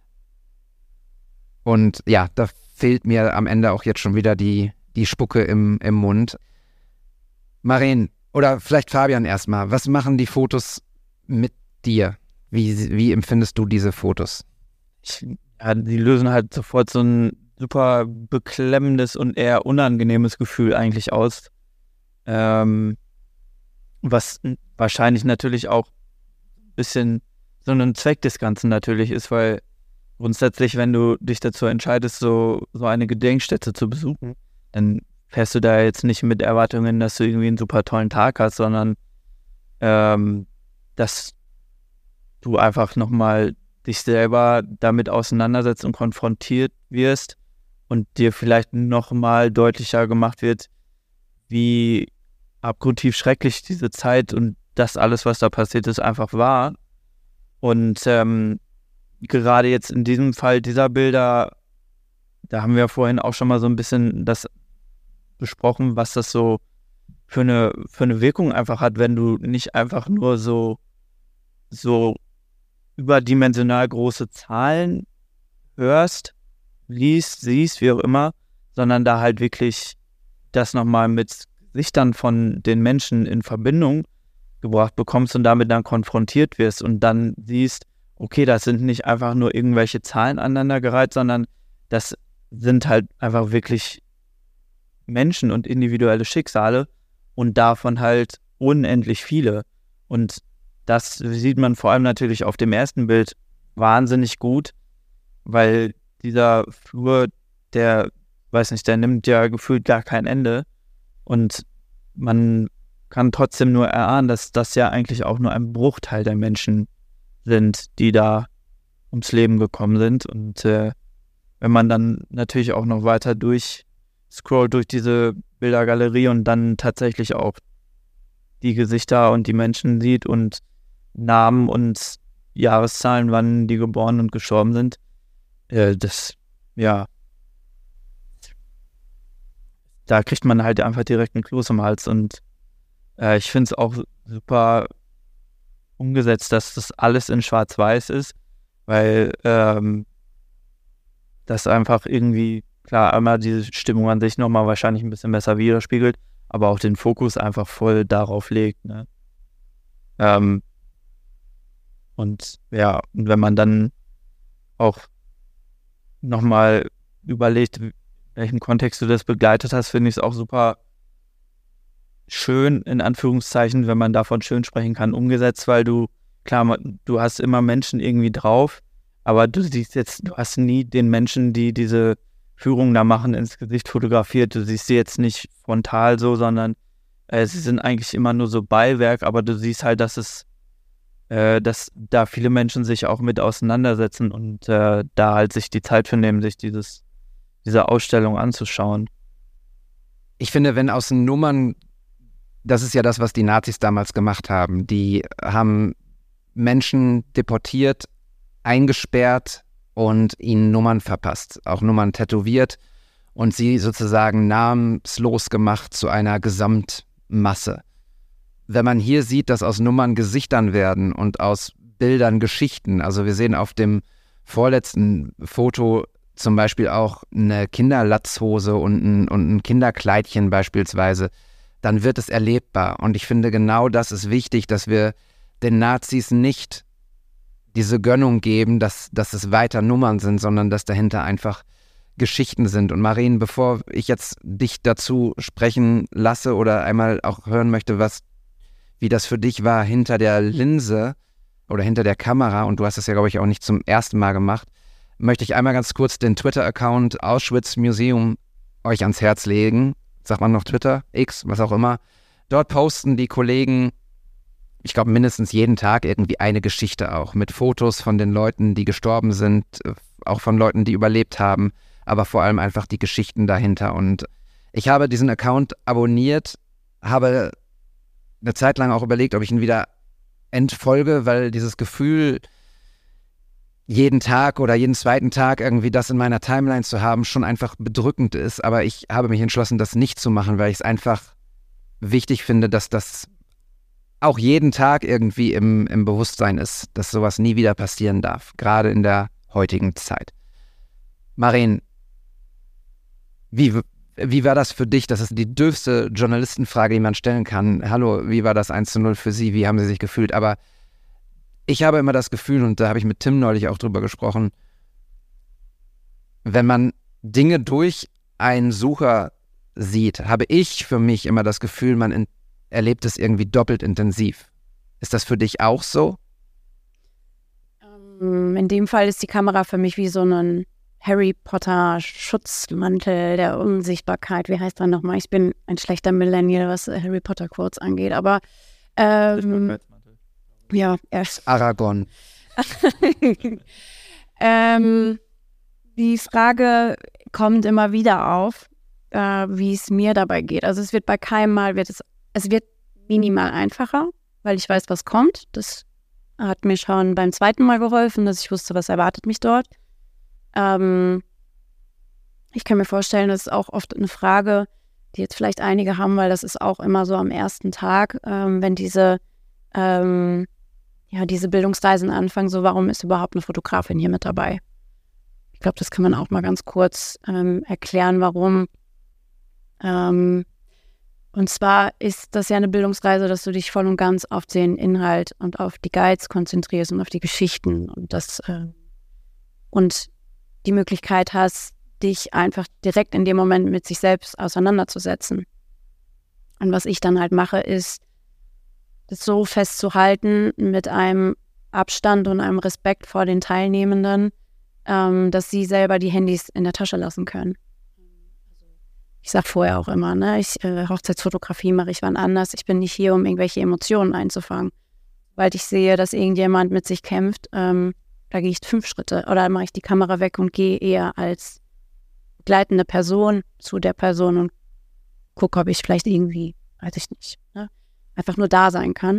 Speaker 1: Und ja, da fehlt mir am Ende auch jetzt schon wieder die Spucke im Mund. Marien, oder vielleicht Fabian erstmal, was machen die Fotos mit dir? Wie empfindest du diese Fotos?
Speaker 6: Die lösen halt sofort so ein super beklemmendes und eher unangenehmes Gefühl eigentlich aus. Was wahrscheinlich natürlich auch ein bisschen so ein Zweck des Ganzen natürlich ist, weil grundsätzlich, wenn du dich dazu entscheidest, so eine Gedenkstätte zu besuchen, dann fährst du da jetzt nicht mit Erwartungen, dass du irgendwie einen super tollen Tag hast, sondern dass du einfach nochmal dich selber damit auseinandersetzt und konfrontiert wirst und dir vielleicht nochmal deutlicher gemacht wird, wie abgrundtief schrecklich diese Zeit und das alles, was da passiert ist, einfach war. Und gerade jetzt in diesem Fall dieser Bilder, da haben wir vorhin auch schon mal so ein bisschen das besprochen, was das so für eine Wirkung einfach hat, wenn du nicht einfach nur so überdimensional große Zahlen hörst, liest, siehst, wie auch immer, sondern da halt wirklich das nochmal mit Gesichtern von den Menschen in Verbindung gebracht bekommst und damit dann konfrontiert wirst und dann siehst, okay, das sind nicht einfach nur irgendwelche Zahlen aneinandergereiht, sondern das sind halt einfach wirklich Menschen und individuelle Schicksale und davon halt unendlich viele. Und das sieht man vor allem natürlich auf dem ersten Bild wahnsinnig gut, weil dieser Flur, der nimmt ja gefühlt gar kein Ende. Und man kann trotzdem nur erahnen, dass das ja eigentlich auch nur ein Bruchteil der Menschen sind, die da ums Leben gekommen sind. Und wenn man dann natürlich auch noch weiter scrollt durch diese Bildergalerie und dann tatsächlich auch die Gesichter und die Menschen sieht und Namen und Jahreszahlen, wann die geboren und gestorben sind, da kriegt man halt einfach direkt einen Kloß im Hals und ich finde es auch super umgesetzt, dass das alles in Schwarz-Weiß ist, weil das einfach irgendwie, klar, einmal diese Stimmung an sich nochmal wahrscheinlich ein bisschen besser widerspiegelt, aber auch den Fokus einfach voll darauf legt, ne? Und wenn man dann auch nochmal überlegt, welchen Kontext du das begleitet hast, finde ich es auch super schön, in Anführungszeichen, wenn man davon schön sprechen kann, umgesetzt, weil du hast immer Menschen irgendwie drauf, aber du hast nie den Menschen, die diese Führung da machen, ins Gesicht fotografiert. Du siehst sie jetzt nicht frontal so, sondern sie sind eigentlich immer nur so Beiwerk, aber du siehst halt, dass da viele Menschen sich auch mit auseinandersetzen und da halt sich die Zeit für nehmen, sich diese Ausstellung anzuschauen.
Speaker 1: Ich finde, wenn aus Nummern, das ist ja das, was die Nazis damals gemacht haben, die haben Menschen deportiert, eingesperrt und ihnen Nummern verpasst, auch Nummern tätowiert und sie sozusagen namenslos gemacht zu einer Gesamtmasse. Wenn man hier sieht, dass aus Nummern Gesichtern werden und aus Bildern Geschichten, also wir sehen auf dem vorletzten Foto zum Beispiel auch eine Kinderlatzhose und ein Kinderkleidchen beispielsweise, dann wird es erlebbar. Und ich finde, genau das ist wichtig, dass wir den Nazis nicht diese Gönnung geben, dass es weiter Nummern sind, sondern dass dahinter einfach Geschichten sind. Und Maren, bevor ich jetzt dich dazu sprechen lasse oder einmal auch hören möchte, wie das für dich war hinter der Linse oder hinter der Kamera, und du hast es ja, glaube ich, auch nicht zum ersten Mal gemacht, möchte ich einmal ganz kurz den Twitter-Account Auschwitz Museum euch ans Herz legen. Sagt man noch Twitter, X, was auch immer. Dort posten die Kollegen, ich glaube, mindestens jeden Tag irgendwie eine Geschichte auch, mit Fotos von den Leuten, die gestorben sind, auch von Leuten, die überlebt haben, aber vor allem einfach die Geschichten dahinter. Und ich habe diesen Account abonniert, habe eine Zeit lang auch überlegt, ob ich ihn wieder entfolge, weil dieses Gefühl, jeden Tag oder jeden zweiten Tag irgendwie das in meiner Timeline zu haben, schon einfach bedrückend ist. Aber ich habe mich entschlossen, das nicht zu machen, weil ich es einfach wichtig finde, dass das auch jeden Tag irgendwie im Bewusstsein ist, dass sowas nie wieder passieren darf, gerade in der heutigen Zeit. Maren, wie war das für dich? Das ist die dürfste Journalistenfrage, die man stellen kann. Hallo, wie war das 1:0 für Sie? Wie haben Sie sich gefühlt? Aber ich habe immer das Gefühl, und da habe ich mit Tim neulich auch drüber gesprochen, wenn man Dinge durch einen Sucher sieht, habe ich für mich immer das Gefühl, man erlebt es irgendwie doppelt intensiv. Ist das für dich auch so?
Speaker 7: In dem Fall ist die Kamera für mich wie so ein Harry Potter Schutzmantel der Unsichtbarkeit. Wie heißt er nochmal? Ich bin ein schlechter Millennial, was Harry Potter Quotes angeht, aber ja, er ist
Speaker 1: Aragorn.
Speaker 7: Die Frage kommt immer wieder auf, wie es mir dabei geht. Also es wird bei keinem Mal, es wird minimal einfacher, weil ich weiß, was kommt. Das hat mir schon beim zweiten Mal geholfen, dass ich wusste, was erwartet mich dort. Ich kann mir vorstellen, das ist auch oft eine Frage, die jetzt vielleicht einige haben, weil das ist auch immer so am ersten Tag, wenn diese Bildungsreisen anfangen, so warum ist überhaupt eine Fotografin hier mit dabei? Ich glaube, das kann man auch mal ganz kurz erklären, warum. Und zwar ist das ja eine Bildungsreise, dass du dich voll und ganz auf den Inhalt und auf die Guides konzentrierst und auf die Geschichten und die Möglichkeit hast, dich einfach direkt in dem Moment mit sich selbst auseinanderzusetzen. Und was ich dann halt mache, ist, das so festzuhalten mit einem Abstand und einem Respekt vor den Teilnehmenden, dass sie selber die Handys in der Tasche lassen können. Ich sage vorher auch immer, ne, Hochzeitsfotografie mache ich wann anders. Ich bin nicht hier, um irgendwelche Emotionen einzufangen. Weil ich sehe, dass irgendjemand mit sich kämpft, da gehe ich 5 Schritte oder mache ich die Kamera weg und gehe eher als begleitende Person zu der Person und gucke, ob ich vielleicht irgendwie, weiß ich nicht, ne, einfach nur da sein kann.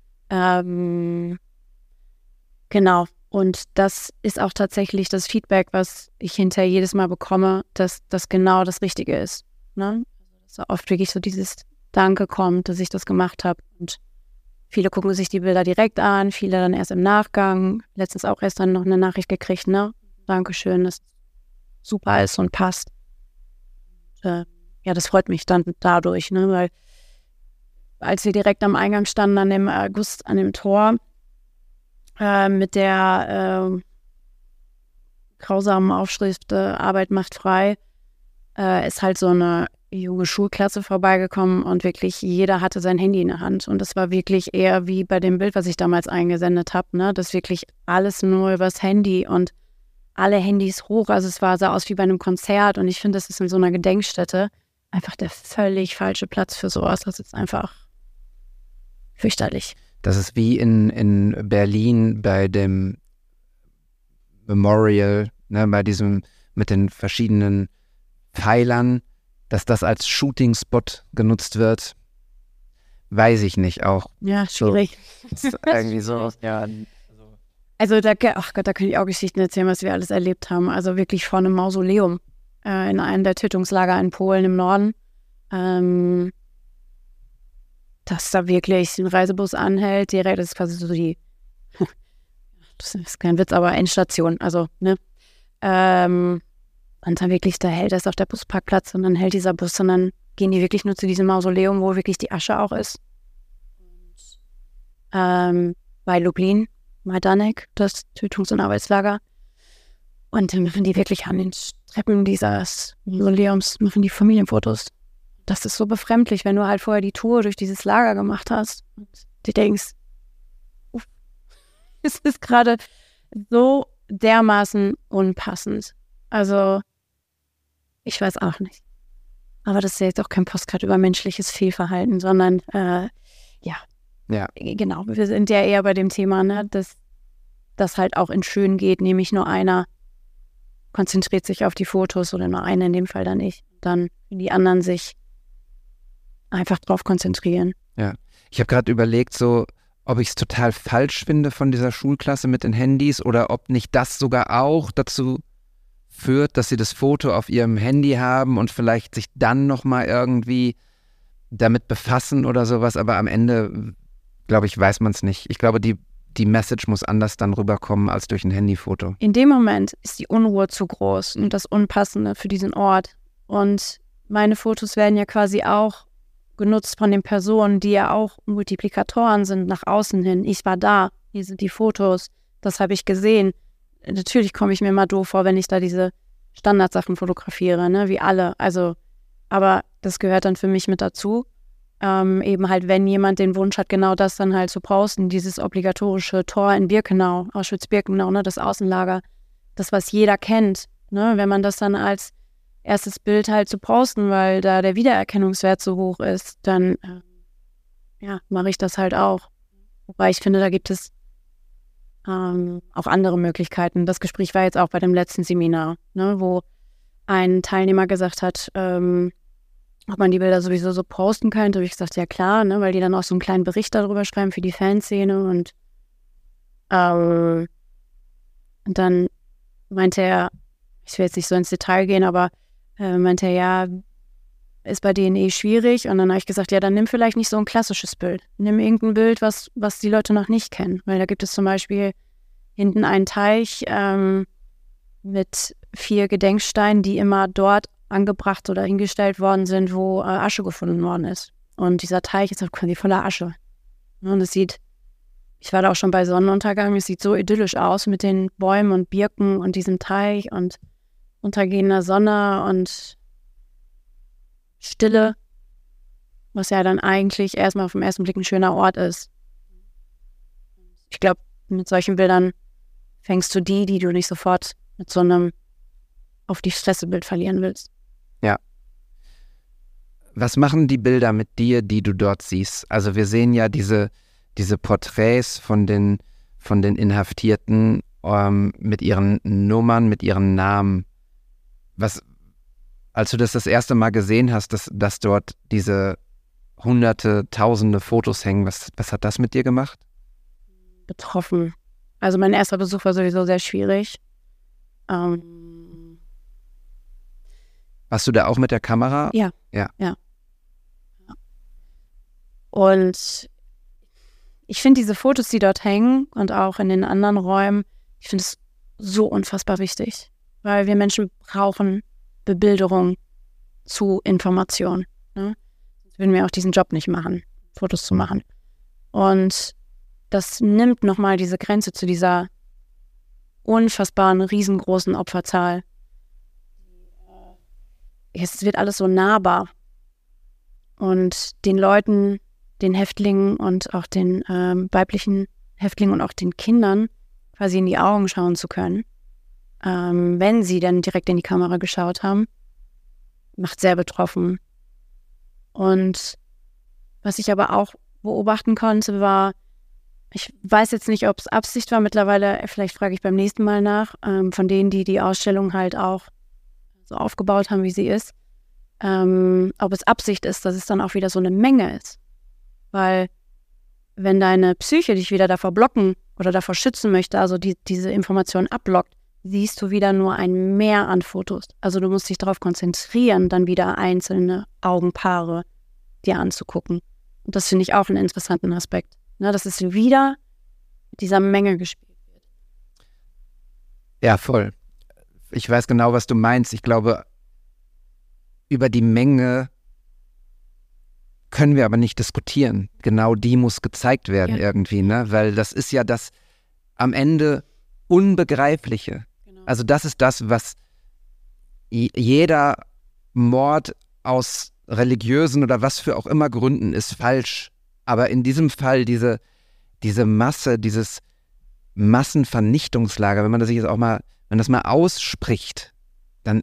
Speaker 7: Genau. Und das ist auch tatsächlich das Feedback, was ich hinterher jedes Mal bekomme, dass das genau das Richtige ist. Ne? Dass da oft wirklich so dieses Danke kommt, dass ich das gemacht habe. Und viele gucken sich die Bilder direkt an, viele dann erst im Nachgang. Letztens auch erst dann noch eine Nachricht gekriegt, ne? Dankeschön, dass es super ist und passt. Ja, das freut mich dann dadurch, ne? Weil als wir direkt am Eingang standen, an dem Tor, mit der grausamen Aufschrift Arbeit macht frei, ist halt so eine junge Schulklasse vorbeigekommen und wirklich jeder hatte sein Handy in der Hand. Und das war wirklich eher wie bei dem Bild, was ich damals eingesendet habe, ne? Das wirklich alles nur übers Handy und alle Handys hoch. Also es sah aus wie bei einem Konzert und ich finde, das ist in so einer Gedenkstätte einfach der völlig falsche Platz für sowas. Das ist einfach fürchterlich.
Speaker 1: Das ist wie in Berlin bei dem Memorial, ne, bei diesem mit den verschiedenen Pfeilern, dass das als Shooting-Spot genutzt wird. Weiß ich nicht auch.
Speaker 7: Ja, schwierig.
Speaker 1: So, ist irgendwie so.
Speaker 6: Ja,
Speaker 7: Also da kann ich auch Geschichten erzählen, was wir alles erlebt haben. Also wirklich vor einem Mausoleum in einem der Tötungslager in Polen im Norden. Dass da wirklich ein Reisebus anhält, direkt, das ist quasi so das ist kein Witz, aber Endstation, also, ne, und dann wirklich, da hält es auf der Busparkplatz und dann hält dieser Bus und dann gehen die wirklich nur zu diesem Mausoleum, wo wirklich die Asche auch ist. Bei Lublin, Majdanek, das Tötungs- und Arbeitslager. Und dann machen die wirklich an den Treppen dieses Mausoleums, machen die Familienfotos. Das ist so befremdlich, wenn du halt vorher die Tour durch dieses Lager gemacht hast und du denkst, es ist gerade so dermaßen unpassend. Also, ich weiß auch nicht. Aber das ist ja jetzt auch kein Postkarte über menschliches Fehlverhalten, sondern, genau, wir sind ja eher bei dem Thema, ne, dass das halt auch in schön geht, nämlich nur einer konzentriert sich auf die Fotos oder nur einer in dem Fall dann ich. Dann die anderen sich einfach drauf konzentrieren.
Speaker 1: Ja, ich habe gerade überlegt, so, ob ich es total falsch finde von dieser Schulklasse mit den Handys oder ob nicht das sogar auch dazu führt, dass sie das Foto auf ihrem Handy haben und vielleicht sich dann nochmal irgendwie damit befassen oder sowas, aber am Ende, glaube ich, weiß man es nicht. Ich glaube, die Message muss anders dann rüberkommen als durch ein Handyfoto.
Speaker 7: In dem Moment ist die Unruhe zu groß und das Unpassende für diesen Ort. Und meine Fotos werden ja quasi auch genutzt von den Personen, die ja auch Multiplikatoren sind nach außen hin. Ich war da, hier sind die Fotos, das habe ich gesehen. Natürlich komme ich mir mal doof vor, wenn ich da diese Standardsachen fotografiere, ne, wie alle. Also, aber das gehört dann für mich mit dazu. Eben halt, wenn jemand den Wunsch hat, genau das dann halt zu posten, dieses obligatorische Tor in Birkenau, Auschwitz-Birkenau, ne, das Außenlager, das, was jeder kennt, ne, wenn man das dann als erstes Bild halt zu posten, weil da der Wiedererkennungswert so hoch ist, dann mache ich das halt auch. Wobei ich finde, da gibt es auch andere Möglichkeiten. Das Gespräch war jetzt auch bei dem letzten Seminar, ne, wo ein Teilnehmer gesagt hat, ob man die Bilder sowieso so posten könnte. Habe ich gesagt, ja klar, ne, weil die dann auch so einen kleinen Bericht darüber schreiben für die Fanszene. Und dann meinte er, ich will jetzt nicht so ins Detail gehen, aber meinte er, ja, ist bei denen schwierig. Und dann habe ich gesagt, ja, dann nimm vielleicht nicht so ein klassisches Bild. Nimm irgendein Bild, was die Leute noch nicht kennen. Weil da gibt es zum Beispiel hinten einen Teich mit 4 Gedenksteinen, die immer dort angebracht oder hingestellt worden sind, wo Asche gefunden worden ist. Und dieser Teich ist halt quasi voller Asche. Und es sieht, ich war da auch schon bei Sonnenuntergang, es sieht so idyllisch aus mit den Bäumen und Birken und diesem Teich und untergehender Sonne und Stille, was ja dann eigentlich erstmal auf den ersten Blick ein schöner Ort ist. Ich glaube, mit solchen Bildern fängst du die du nicht sofort mit so einem auf die Fresse-Bild verlieren willst.
Speaker 1: Ja. Was machen die Bilder mit dir, die du dort siehst? Also wir sehen ja diese Porträts von den Inhaftierten mit ihren Nummern, mit ihren Namen. Als du das erste Mal gesehen hast, dass dort diese Hunderte, Tausende Fotos hängen, was hat das mit dir gemacht?
Speaker 7: Betroffen. Also mein erster Besuch war sowieso sehr schwierig.
Speaker 1: Warst du da auch mit der Kamera?
Speaker 7: Ja. Und ich finde diese Fotos, die dort hängen und auch in den anderen Räumen, ich finde es so unfassbar wichtig, weil wir Menschen brauchen Bebilderung zu Information. Ne? Sonst würden wir auch diesen Job nicht machen, Fotos zu machen. Und das nimmt nochmal diese Grenze zu dieser unfassbaren, riesengroßen Opferzahl. Es wird alles so nahbar. Und den Leuten, den Häftlingen und auch den weiblichen Häftlingen und auch den Kindern quasi in die Augen schauen zu können, wenn sie dann direkt in die Kamera geschaut haben, macht sehr betroffen. Und was ich aber auch beobachten konnte, war, ich weiß jetzt nicht, ob es Absicht war, mittlerweile, vielleicht frage ich beim nächsten Mal nach, von denen, die die Ausstellung halt auch so aufgebaut haben, wie sie ist, ob es Absicht ist, dass es dann auch wieder so eine Menge ist. Weil wenn deine Psyche dich wieder davor blocken oder davor schützen möchte, also diese Information abblockt, siehst du wieder nur ein Mehr an Fotos. Also du musst dich darauf konzentrieren, dann wieder einzelne Augenpaare dir anzugucken. Und das finde ich auch einen interessanten Aspekt. Ne, dass es wieder mit dieser Menge gespielt wird.
Speaker 1: Ja, voll. Ich weiß genau, was du meinst. Ich glaube, über die Menge können wir aber nicht diskutieren. Genau die muss gezeigt werden irgendwie, ne? Weil das ist ja das am Ende Unbegreifliche. Genau. Also das ist das, was jeder Mord aus religiösen oder was für auch immer Gründen ist falsch. Aber in diesem Fall diese Masse, dieses Massenvernichtungslager, wenn man das jetzt auch mal, wenn das mal ausspricht, dann,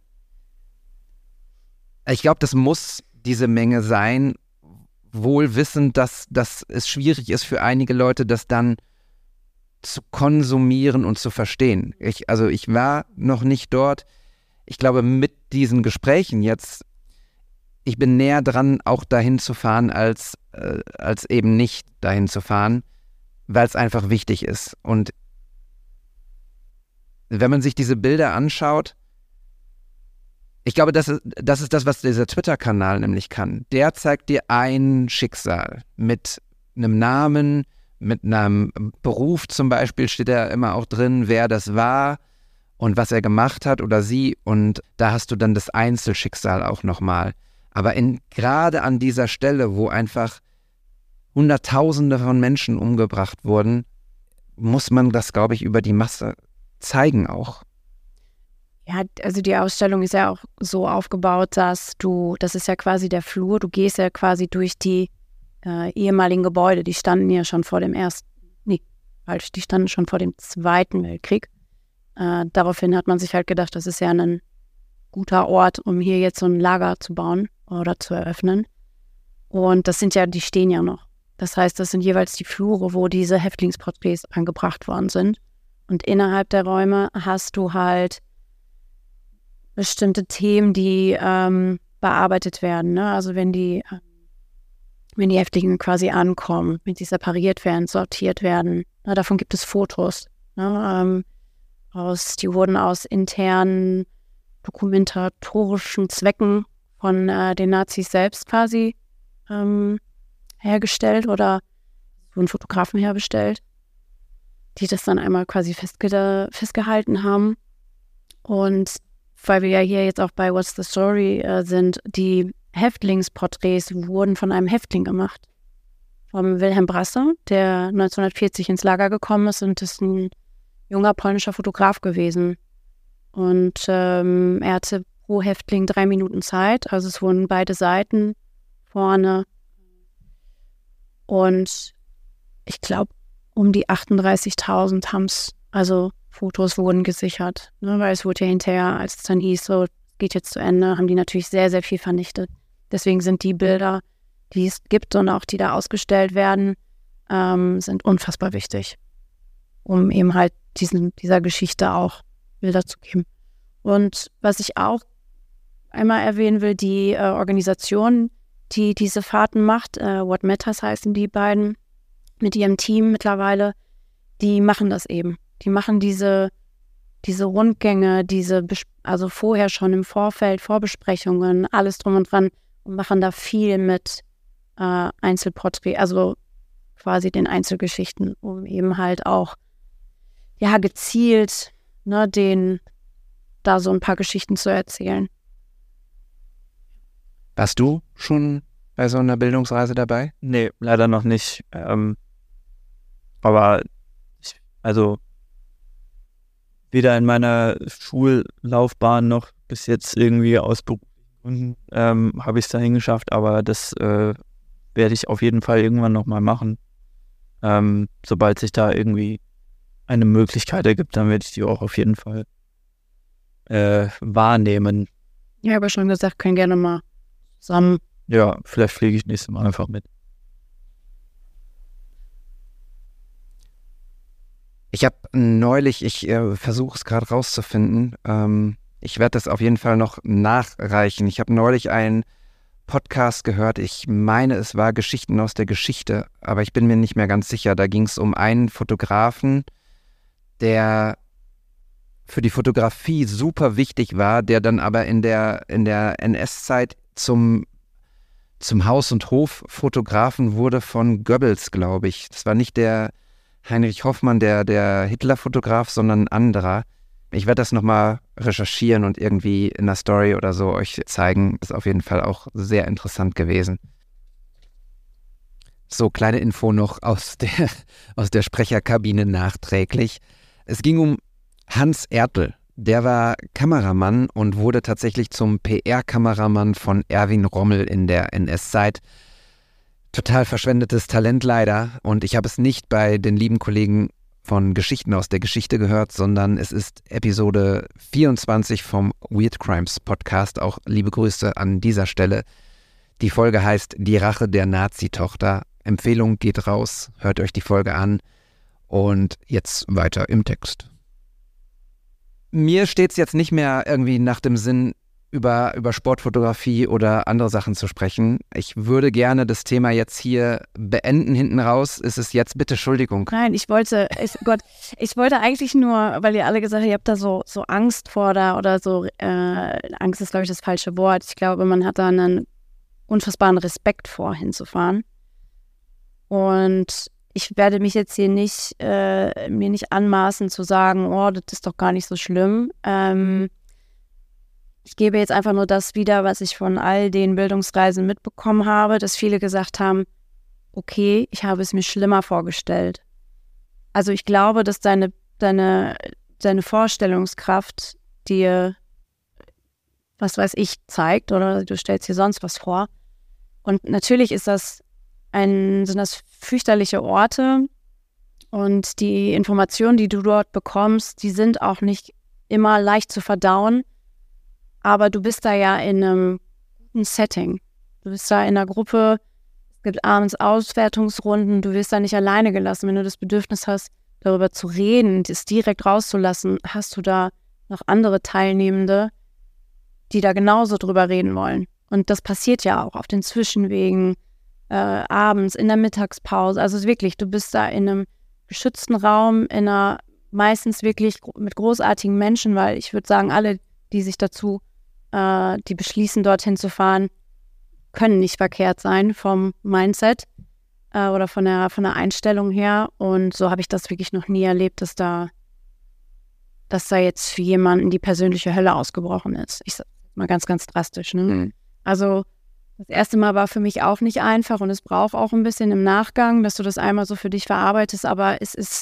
Speaker 1: ich glaube, das muss diese Menge sein, wohl wissend, dass es schwierig ist für einige Leute, das dann zu konsumieren und zu verstehen. Ich war noch nicht dort. Ich glaube, mit diesen Gesprächen jetzt, ich bin näher dran, auch dahin zu fahren, als eben nicht dahin zu fahren, weil es einfach wichtig ist. Und wenn man sich diese Bilder anschaut, ich glaube, das ist das, was dieser Twitter-Kanal nämlich kann. Der zeigt dir ein Schicksal mit einem Namen, mit einem Beruf zum Beispiel steht da immer auch drin, wer das war und was er gemacht hat oder sie. Und da hast du dann das Einzelschicksal auch nochmal. Aber gerade an dieser Stelle, wo einfach Hunderttausende von Menschen umgebracht wurden, muss man das, glaube ich, über die Masse zeigen auch.
Speaker 7: Ja, also die Ausstellung ist ja auch so aufgebaut, dass das ist ja quasi der Flur, du gehst ja quasi durch die ehemaligen Gebäude, die standen ja schon vor dem die standen schon vor dem Zweiten Weltkrieg. Daraufhin hat man sich halt gedacht, das ist ja ein guter Ort, um hier jetzt so ein Lager zu bauen oder zu eröffnen. Und die stehen ja noch. Das heißt, das sind jeweils die Flure, wo diese Häftlingsporträts angebracht worden sind. Und innerhalb der Räume hast du halt bestimmte Themen, die bearbeitet werden. Ne? Also wenn die Häftlinge quasi ankommen, wenn sie separiert werden, sortiert werden. Na, davon gibt es Fotos. Ne? Die wurden aus internen dokumentatorischen Zwecken von den Nazis selbst quasi hergestellt oder wurden Fotografen herbestellt, die das dann einmal quasi festgehalten haben. Und weil wir ja hier jetzt auch bei What's the Story sind, die Häftlingsporträts wurden von einem Häftling gemacht. Von Wilhelm Brasse, der 1940 ins Lager gekommen ist und ist ein junger polnischer Fotograf gewesen. Und er hatte pro Häftling 3 Minuten Zeit. Also es wurden beide Seiten vorne. Und ich glaube, um die 38.000 haben es, also Fotos wurden gesichert. Ne? Weil es wurde ja hinterher, als es dann hieß, so geht jetzt zu Ende, haben die natürlich sehr, sehr viel vernichtet. Deswegen sind die Bilder, die es gibt und auch die da ausgestellt werden, sind unfassbar wichtig, um eben halt dieser Geschichte auch Bilder zu geben. Und was ich auch einmal erwähnen will, die Organisation, die diese Fahrten macht, What Matters heißen die beiden, mit ihrem Team mittlerweile, die machen das eben. Die machen diese Rundgänge, also vorher schon im Vorfeld, Vorbesprechungen, alles drum und dran und machen da viel mit Einzelporträt, also quasi den Einzelgeschichten, um eben halt auch gezielt denen da so ein paar Geschichten zu erzählen.
Speaker 1: Warst du schon bei so einer Bildungsreise dabei?
Speaker 6: Nee, leider noch nicht. Aber weder in meiner Schullaufbahn noch bis jetzt irgendwie aus beruflichen Gründen habe ich es dahin geschafft, aber das werde ich auf jeden Fall irgendwann nochmal machen. Sobald sich da irgendwie eine Möglichkeit ergibt, dann werde ich die auch auf jeden Fall wahrnehmen.
Speaker 7: Ja, aber schon gesagt, können gerne mal zusammen.
Speaker 6: Ja, vielleicht fliege ich nächstes Mal einfach mit.
Speaker 1: Ich habe neulich, ich versuche es gerade rauszufinden, ich werde das auf jeden Fall noch nachreichen. Ich habe neulich einen Podcast gehört, ich meine, es war Geschichten aus der Geschichte, aber ich bin mir nicht mehr ganz sicher. Da ging es um einen Fotografen, der für die Fotografie super wichtig war, der dann aber in der NS-Zeit zum Haus- und Hof-Fotografen wurde von Goebbels, glaube ich. Das war nicht der Heinrich Hoffmann, der Hitler-Fotograf, sondern ein anderer. Ich werde das nochmal recherchieren und irgendwie in der Story oder so euch zeigen. Ist auf jeden Fall auch sehr interessant gewesen. So, kleine Info noch aus der Sprecherkabine nachträglich. Es ging um Hans Ertl. Der war Kameramann und wurde tatsächlich zum PR-Kameramann von Erwin Rommel in der NS-Zeit. Total verschwendetes Talent leider. Und ich habe es nicht bei den lieben Kollegen von Geschichten aus der Geschichte gehört, sondern es ist Episode 24 vom Weird Crimes Podcast. Auch liebe Grüße an dieser Stelle. Die Folge heißt Die Rache der Nazi-Tochter. Empfehlung geht raus, hört euch die Folge an. Und jetzt weiter im Text. Mir steht es jetzt nicht mehr irgendwie nach dem Sinn, über Sportfotografie oder andere Sachen zu sprechen. Ich würde gerne das Thema jetzt hier beenden. Hinten raus ist es jetzt bitte Entschuldigung.
Speaker 7: Nein, ich wollte eigentlich nur, weil ihr alle gesagt habt, ihr habt da so Angst vor oder so, Angst ist glaube ich das falsche Wort. Ich glaube, man hat da einen unfassbaren Respekt vor, hinzufahren. Und ich werde mich jetzt hier mir nicht anmaßen zu sagen, oh, das ist doch gar nicht so schlimm. Ich gebe jetzt einfach nur das wieder, was ich von all den Bildungsreisen mitbekommen habe, dass viele gesagt haben, okay, ich habe es mir schlimmer vorgestellt. Also ich glaube, dass deine Vorstellungskraft dir, was weiß ich, zeigt oder du stellst dir sonst was vor. Und natürlich ist das sind das fürchterliche Orte und die Informationen, die du dort bekommst, die sind auch nicht immer leicht zu verdauen, aber du bist da ja in einem guten Setting. Du bist da in einer Gruppe, es gibt abends Auswertungsrunden, du wirst da nicht alleine gelassen. Wenn du das Bedürfnis hast, darüber zu reden, das direkt rauszulassen, hast du da noch andere Teilnehmende, die da genauso drüber reden wollen. Und das passiert ja auch auf den Zwischenwegen, abends, in der Mittagspause. Also wirklich, du bist da in einem geschützten Raum, in einer meistens wirklich mit großartigen Menschen, weil ich würde sagen, alle, die sich dazu, die beschließen, dorthin zu fahren, können nicht verkehrt sein vom Mindset oder von der Einstellung her. Und so habe ich das wirklich noch nie erlebt, dass da jetzt für jemanden die persönliche Hölle ausgebrochen ist. Ich sage mal ganz, ganz drastisch. Ne? Mhm. Also das erste Mal war für mich auch nicht einfach und es braucht auch ein bisschen im Nachgang, dass du das einmal so für dich verarbeitest, aber es ist,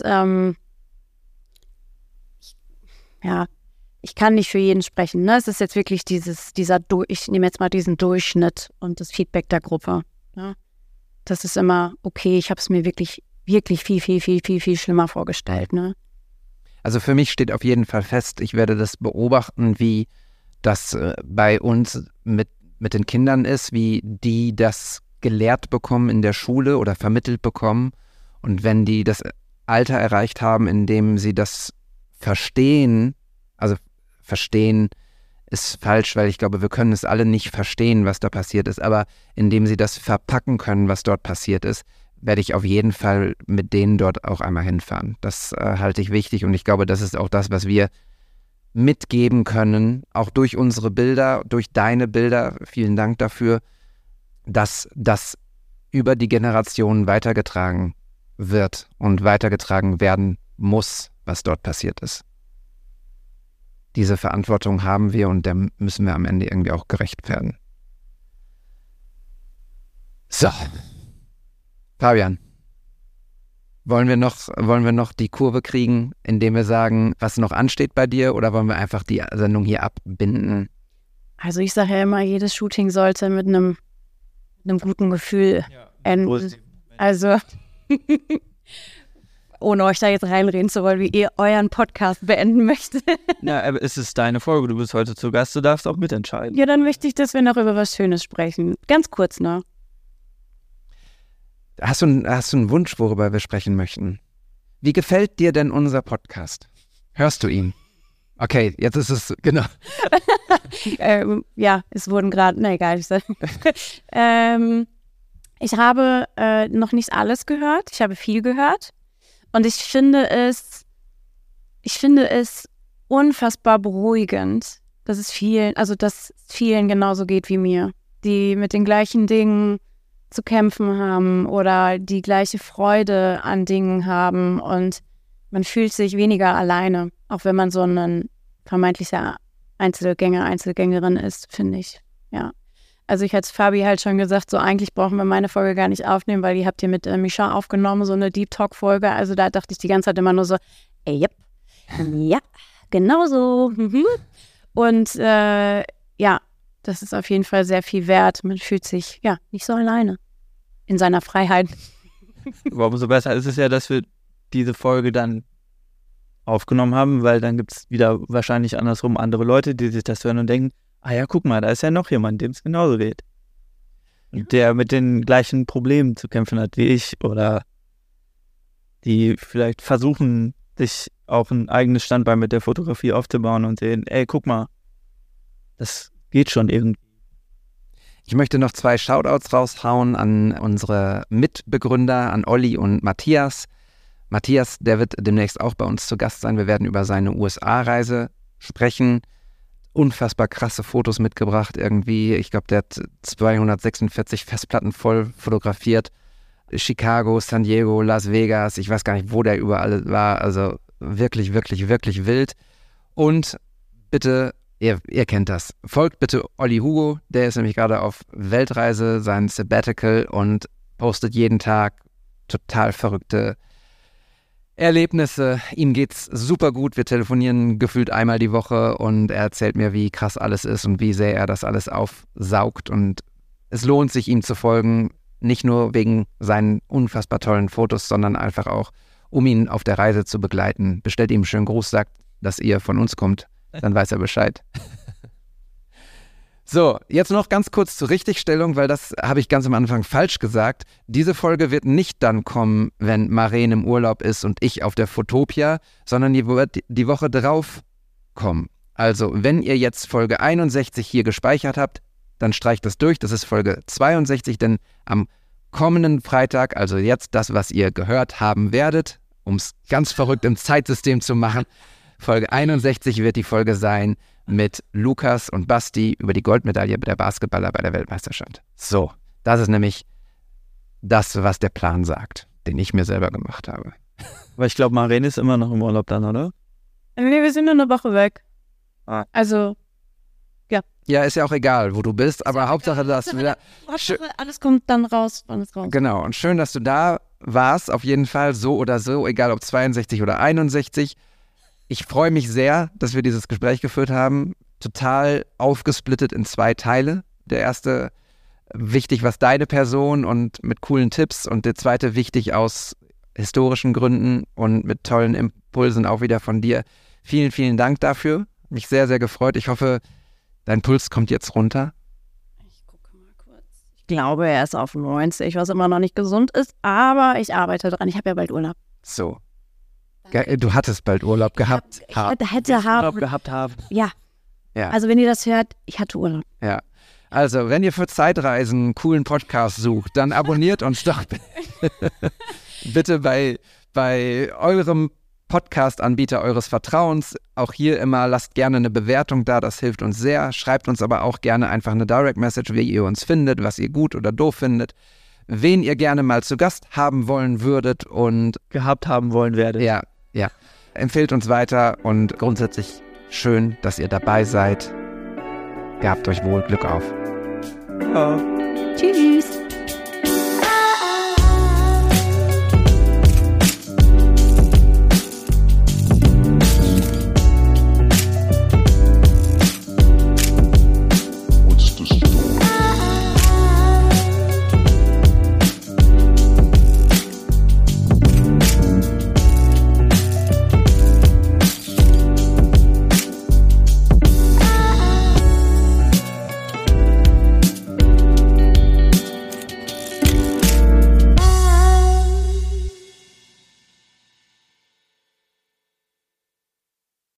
Speaker 7: ich kann nicht für jeden sprechen. Ne? Es ist jetzt wirklich ich nehme jetzt mal diesen Durchschnitt und das Feedback der Gruppe. Ja? Das ist immer okay, ich habe es mir wirklich, wirklich viel, viel, viel, viel, viel schlimmer vorgestellt. Ne?
Speaker 1: Also für mich steht auf jeden Fall fest, ich werde das beobachten, wie das bei uns mit den Kindern ist, wie die das gelehrt bekommen in der Schule oder vermittelt bekommen. Und wenn die das Alter erreicht haben, in dem sie das verstehen, also verstehen ist falsch, weil ich glaube, wir können es alle nicht verstehen, was da passiert ist, aber indem sie das verpacken können, was dort passiert ist, werde ich auf jeden Fall mit denen dort auch einmal hinfahren. Das halte ich wichtig und ich glaube, das ist auch das, was wir mitgeben können, auch durch unsere Bilder, durch deine Bilder, vielen Dank dafür, dass das über die Generationen weitergetragen wird und weitergetragen werden muss, was dort passiert ist. Diese Verantwortung haben wir und der müssen wir am Ende irgendwie auch gerecht werden. So, Fabian, wollen wir noch die Kurve kriegen, indem wir sagen, was noch ansteht bei dir, oder wollen wir einfach die Sendung hier abbinden?
Speaker 7: Also ich sage ja immer, jedes Shooting sollte mit einem guten Gefühl enden. Also ohne euch da jetzt reinreden zu wollen, wie ihr euren Podcast beenden möchtet.
Speaker 6: Ja, aber es ist deine Folge, du bist heute zu Gast, du darfst auch mitentscheiden.
Speaker 7: Ja, dann möchte ich, dass wir noch über was Schönes sprechen. Ganz kurz noch.
Speaker 1: Hast du einen Wunsch, worüber wir sprechen möchten? Wie gefällt dir denn unser Podcast? Hörst du ihn? Okay, jetzt ist es, genau.
Speaker 7: Ja, es wurden gerade, na egal. Ich habe noch nicht alles gehört, ich habe viel gehört und ich finde es unfassbar beruhigend, dass es vielen genauso geht wie mir, die mit den gleichen Dingen zu kämpfen haben oder die gleiche Freude an Dingen haben und man fühlt sich weniger alleine, auch wenn man so ein vermeintlicher Einzelgängerin ist, finde ich, ja. Also ich hatte Fabi halt schon gesagt, so eigentlich brauchen wir meine Folge gar nicht aufnehmen, weil die habt ihr mit Misha aufgenommen, so eine Deep Talk-Folge, also da dachte ich die ganze Zeit immer nur so, ja, genau so. Und ja, das ist auf jeden Fall sehr viel wert. Man fühlt sich, ja, nicht so alleine in seiner Freiheit.
Speaker 6: Aber umso besser ist es ja, dass wir diese Folge dann aufgenommen haben, weil dann gibt es wieder wahrscheinlich andersrum andere Leute, die sich das hören und denken, ah ja, guck mal, da ist ja noch jemand, dem es genauso geht. Und der mit den gleichen Problemen zu kämpfen hat wie ich oder die vielleicht versuchen, sich auch ein eigenes Standbein mit der Fotografie aufzubauen und sehen, ey, guck mal, das geht schon irgendwie.
Speaker 1: Ich möchte noch 2 Shoutouts raushauen an unsere Mitbegründer, an Olli und Matthias. Matthias, der wird demnächst auch bei uns zu Gast sein. Wir werden über seine USA-Reise sprechen. Unfassbar krasse Fotos mitgebracht irgendwie. Ich glaube, der hat 246 Festplatten voll fotografiert. Chicago, San Diego, Las Vegas, ich weiß gar nicht, wo der überall war. Also wirklich, wirklich, wirklich wild. Und bitte, ihr kennt das, folgt bitte Olli Hugo, der ist nämlich gerade auf Weltreise, sein Sabbatical und postet jeden Tag total verrückte Erlebnisse. Ihm geht's super gut, wir telefonieren gefühlt einmal die Woche und er erzählt mir, wie krass alles ist und wie sehr er das alles aufsaugt und es lohnt sich, ihm zu folgen. Nicht nur wegen seinen unfassbar tollen Fotos, sondern einfach auch, um ihn auf der Reise zu begleiten. Bestellt ihm einen schönen Gruß, sagt, dass ihr von uns kommt. Dann weiß er Bescheid. So, jetzt noch ganz kurz zur Richtigstellung, weil das habe ich ganz am Anfang falsch gesagt. Diese Folge wird nicht dann kommen, wenn Maren im Urlaub ist und ich auf der Fotopia, sondern die wird die Woche drauf kommen. Also, wenn ihr jetzt Folge 61 hier gespeichert habt, dann streicht das durch. Das ist Folge 62, denn am kommenden Freitag, also jetzt das, was ihr gehört haben werdet, um es ganz verrückt im Zeitsystem zu machen, Folge 61 wird die Folge sein mit Lukas und Basti über die Goldmedaille der Basketballer bei der Weltmeisterschaft. So, das ist nämlich das, was der Plan sagt, den ich mir selber gemacht habe.
Speaker 6: Aber ich glaube, Maren ist immer noch im Urlaub dann, oder?
Speaker 7: Nee, wir sind nur eine Woche weg. Also,
Speaker 1: ja, ist ja auch egal, wo du bist, aber Hauptsache, dass wir...
Speaker 7: Alles kommt dann raus, alles raus.
Speaker 1: Genau, und schön, dass du da warst, auf jeden Fall, so oder so, egal ob 62 oder 61. Ich freue mich sehr, dass wir dieses Gespräch geführt haben, total aufgesplittet in 2 Teile. Der erste wichtig, was deine Person und mit coolen Tipps, und der zweite wichtig aus historischen Gründen und mit tollen Impulsen auch wieder von dir. Vielen, vielen Dank dafür. Mich sehr, sehr gefreut. Ich hoffe, dein Puls kommt jetzt runter.
Speaker 7: Ich gucke mal kurz. Ich glaube, er ist auf 90, was immer noch nicht gesund ist, aber ich arbeite dran. Ich habe ja bald Urlaub.
Speaker 1: So. Du hattest bald Urlaub gehabt.
Speaker 7: Ich hätte
Speaker 6: Urlaub gehabt haben.
Speaker 7: Ja.
Speaker 1: Ja.
Speaker 7: Also wenn ihr das hört, ich hatte Urlaub.
Speaker 1: Ja. Also, wenn ihr für Zeitreisen einen coolen Podcast sucht, dann abonniert uns doch bitte bei eurem Podcast-Anbieter eures Vertrauens. Auch hier immer, lasst gerne eine Bewertung da, das hilft uns sehr. Schreibt uns aber auch gerne einfach eine Direct Message, wie ihr uns findet, was ihr gut oder doof findet, wen ihr gerne mal zu Gast haben wollen würdet und
Speaker 6: Gehabt haben wollen werdet.
Speaker 1: ja. Empfehlt uns weiter und grundsätzlich schön, dass ihr dabei seid. Gehabt euch wohl, Glück auf.
Speaker 6: Ja.
Speaker 7: Tschüss.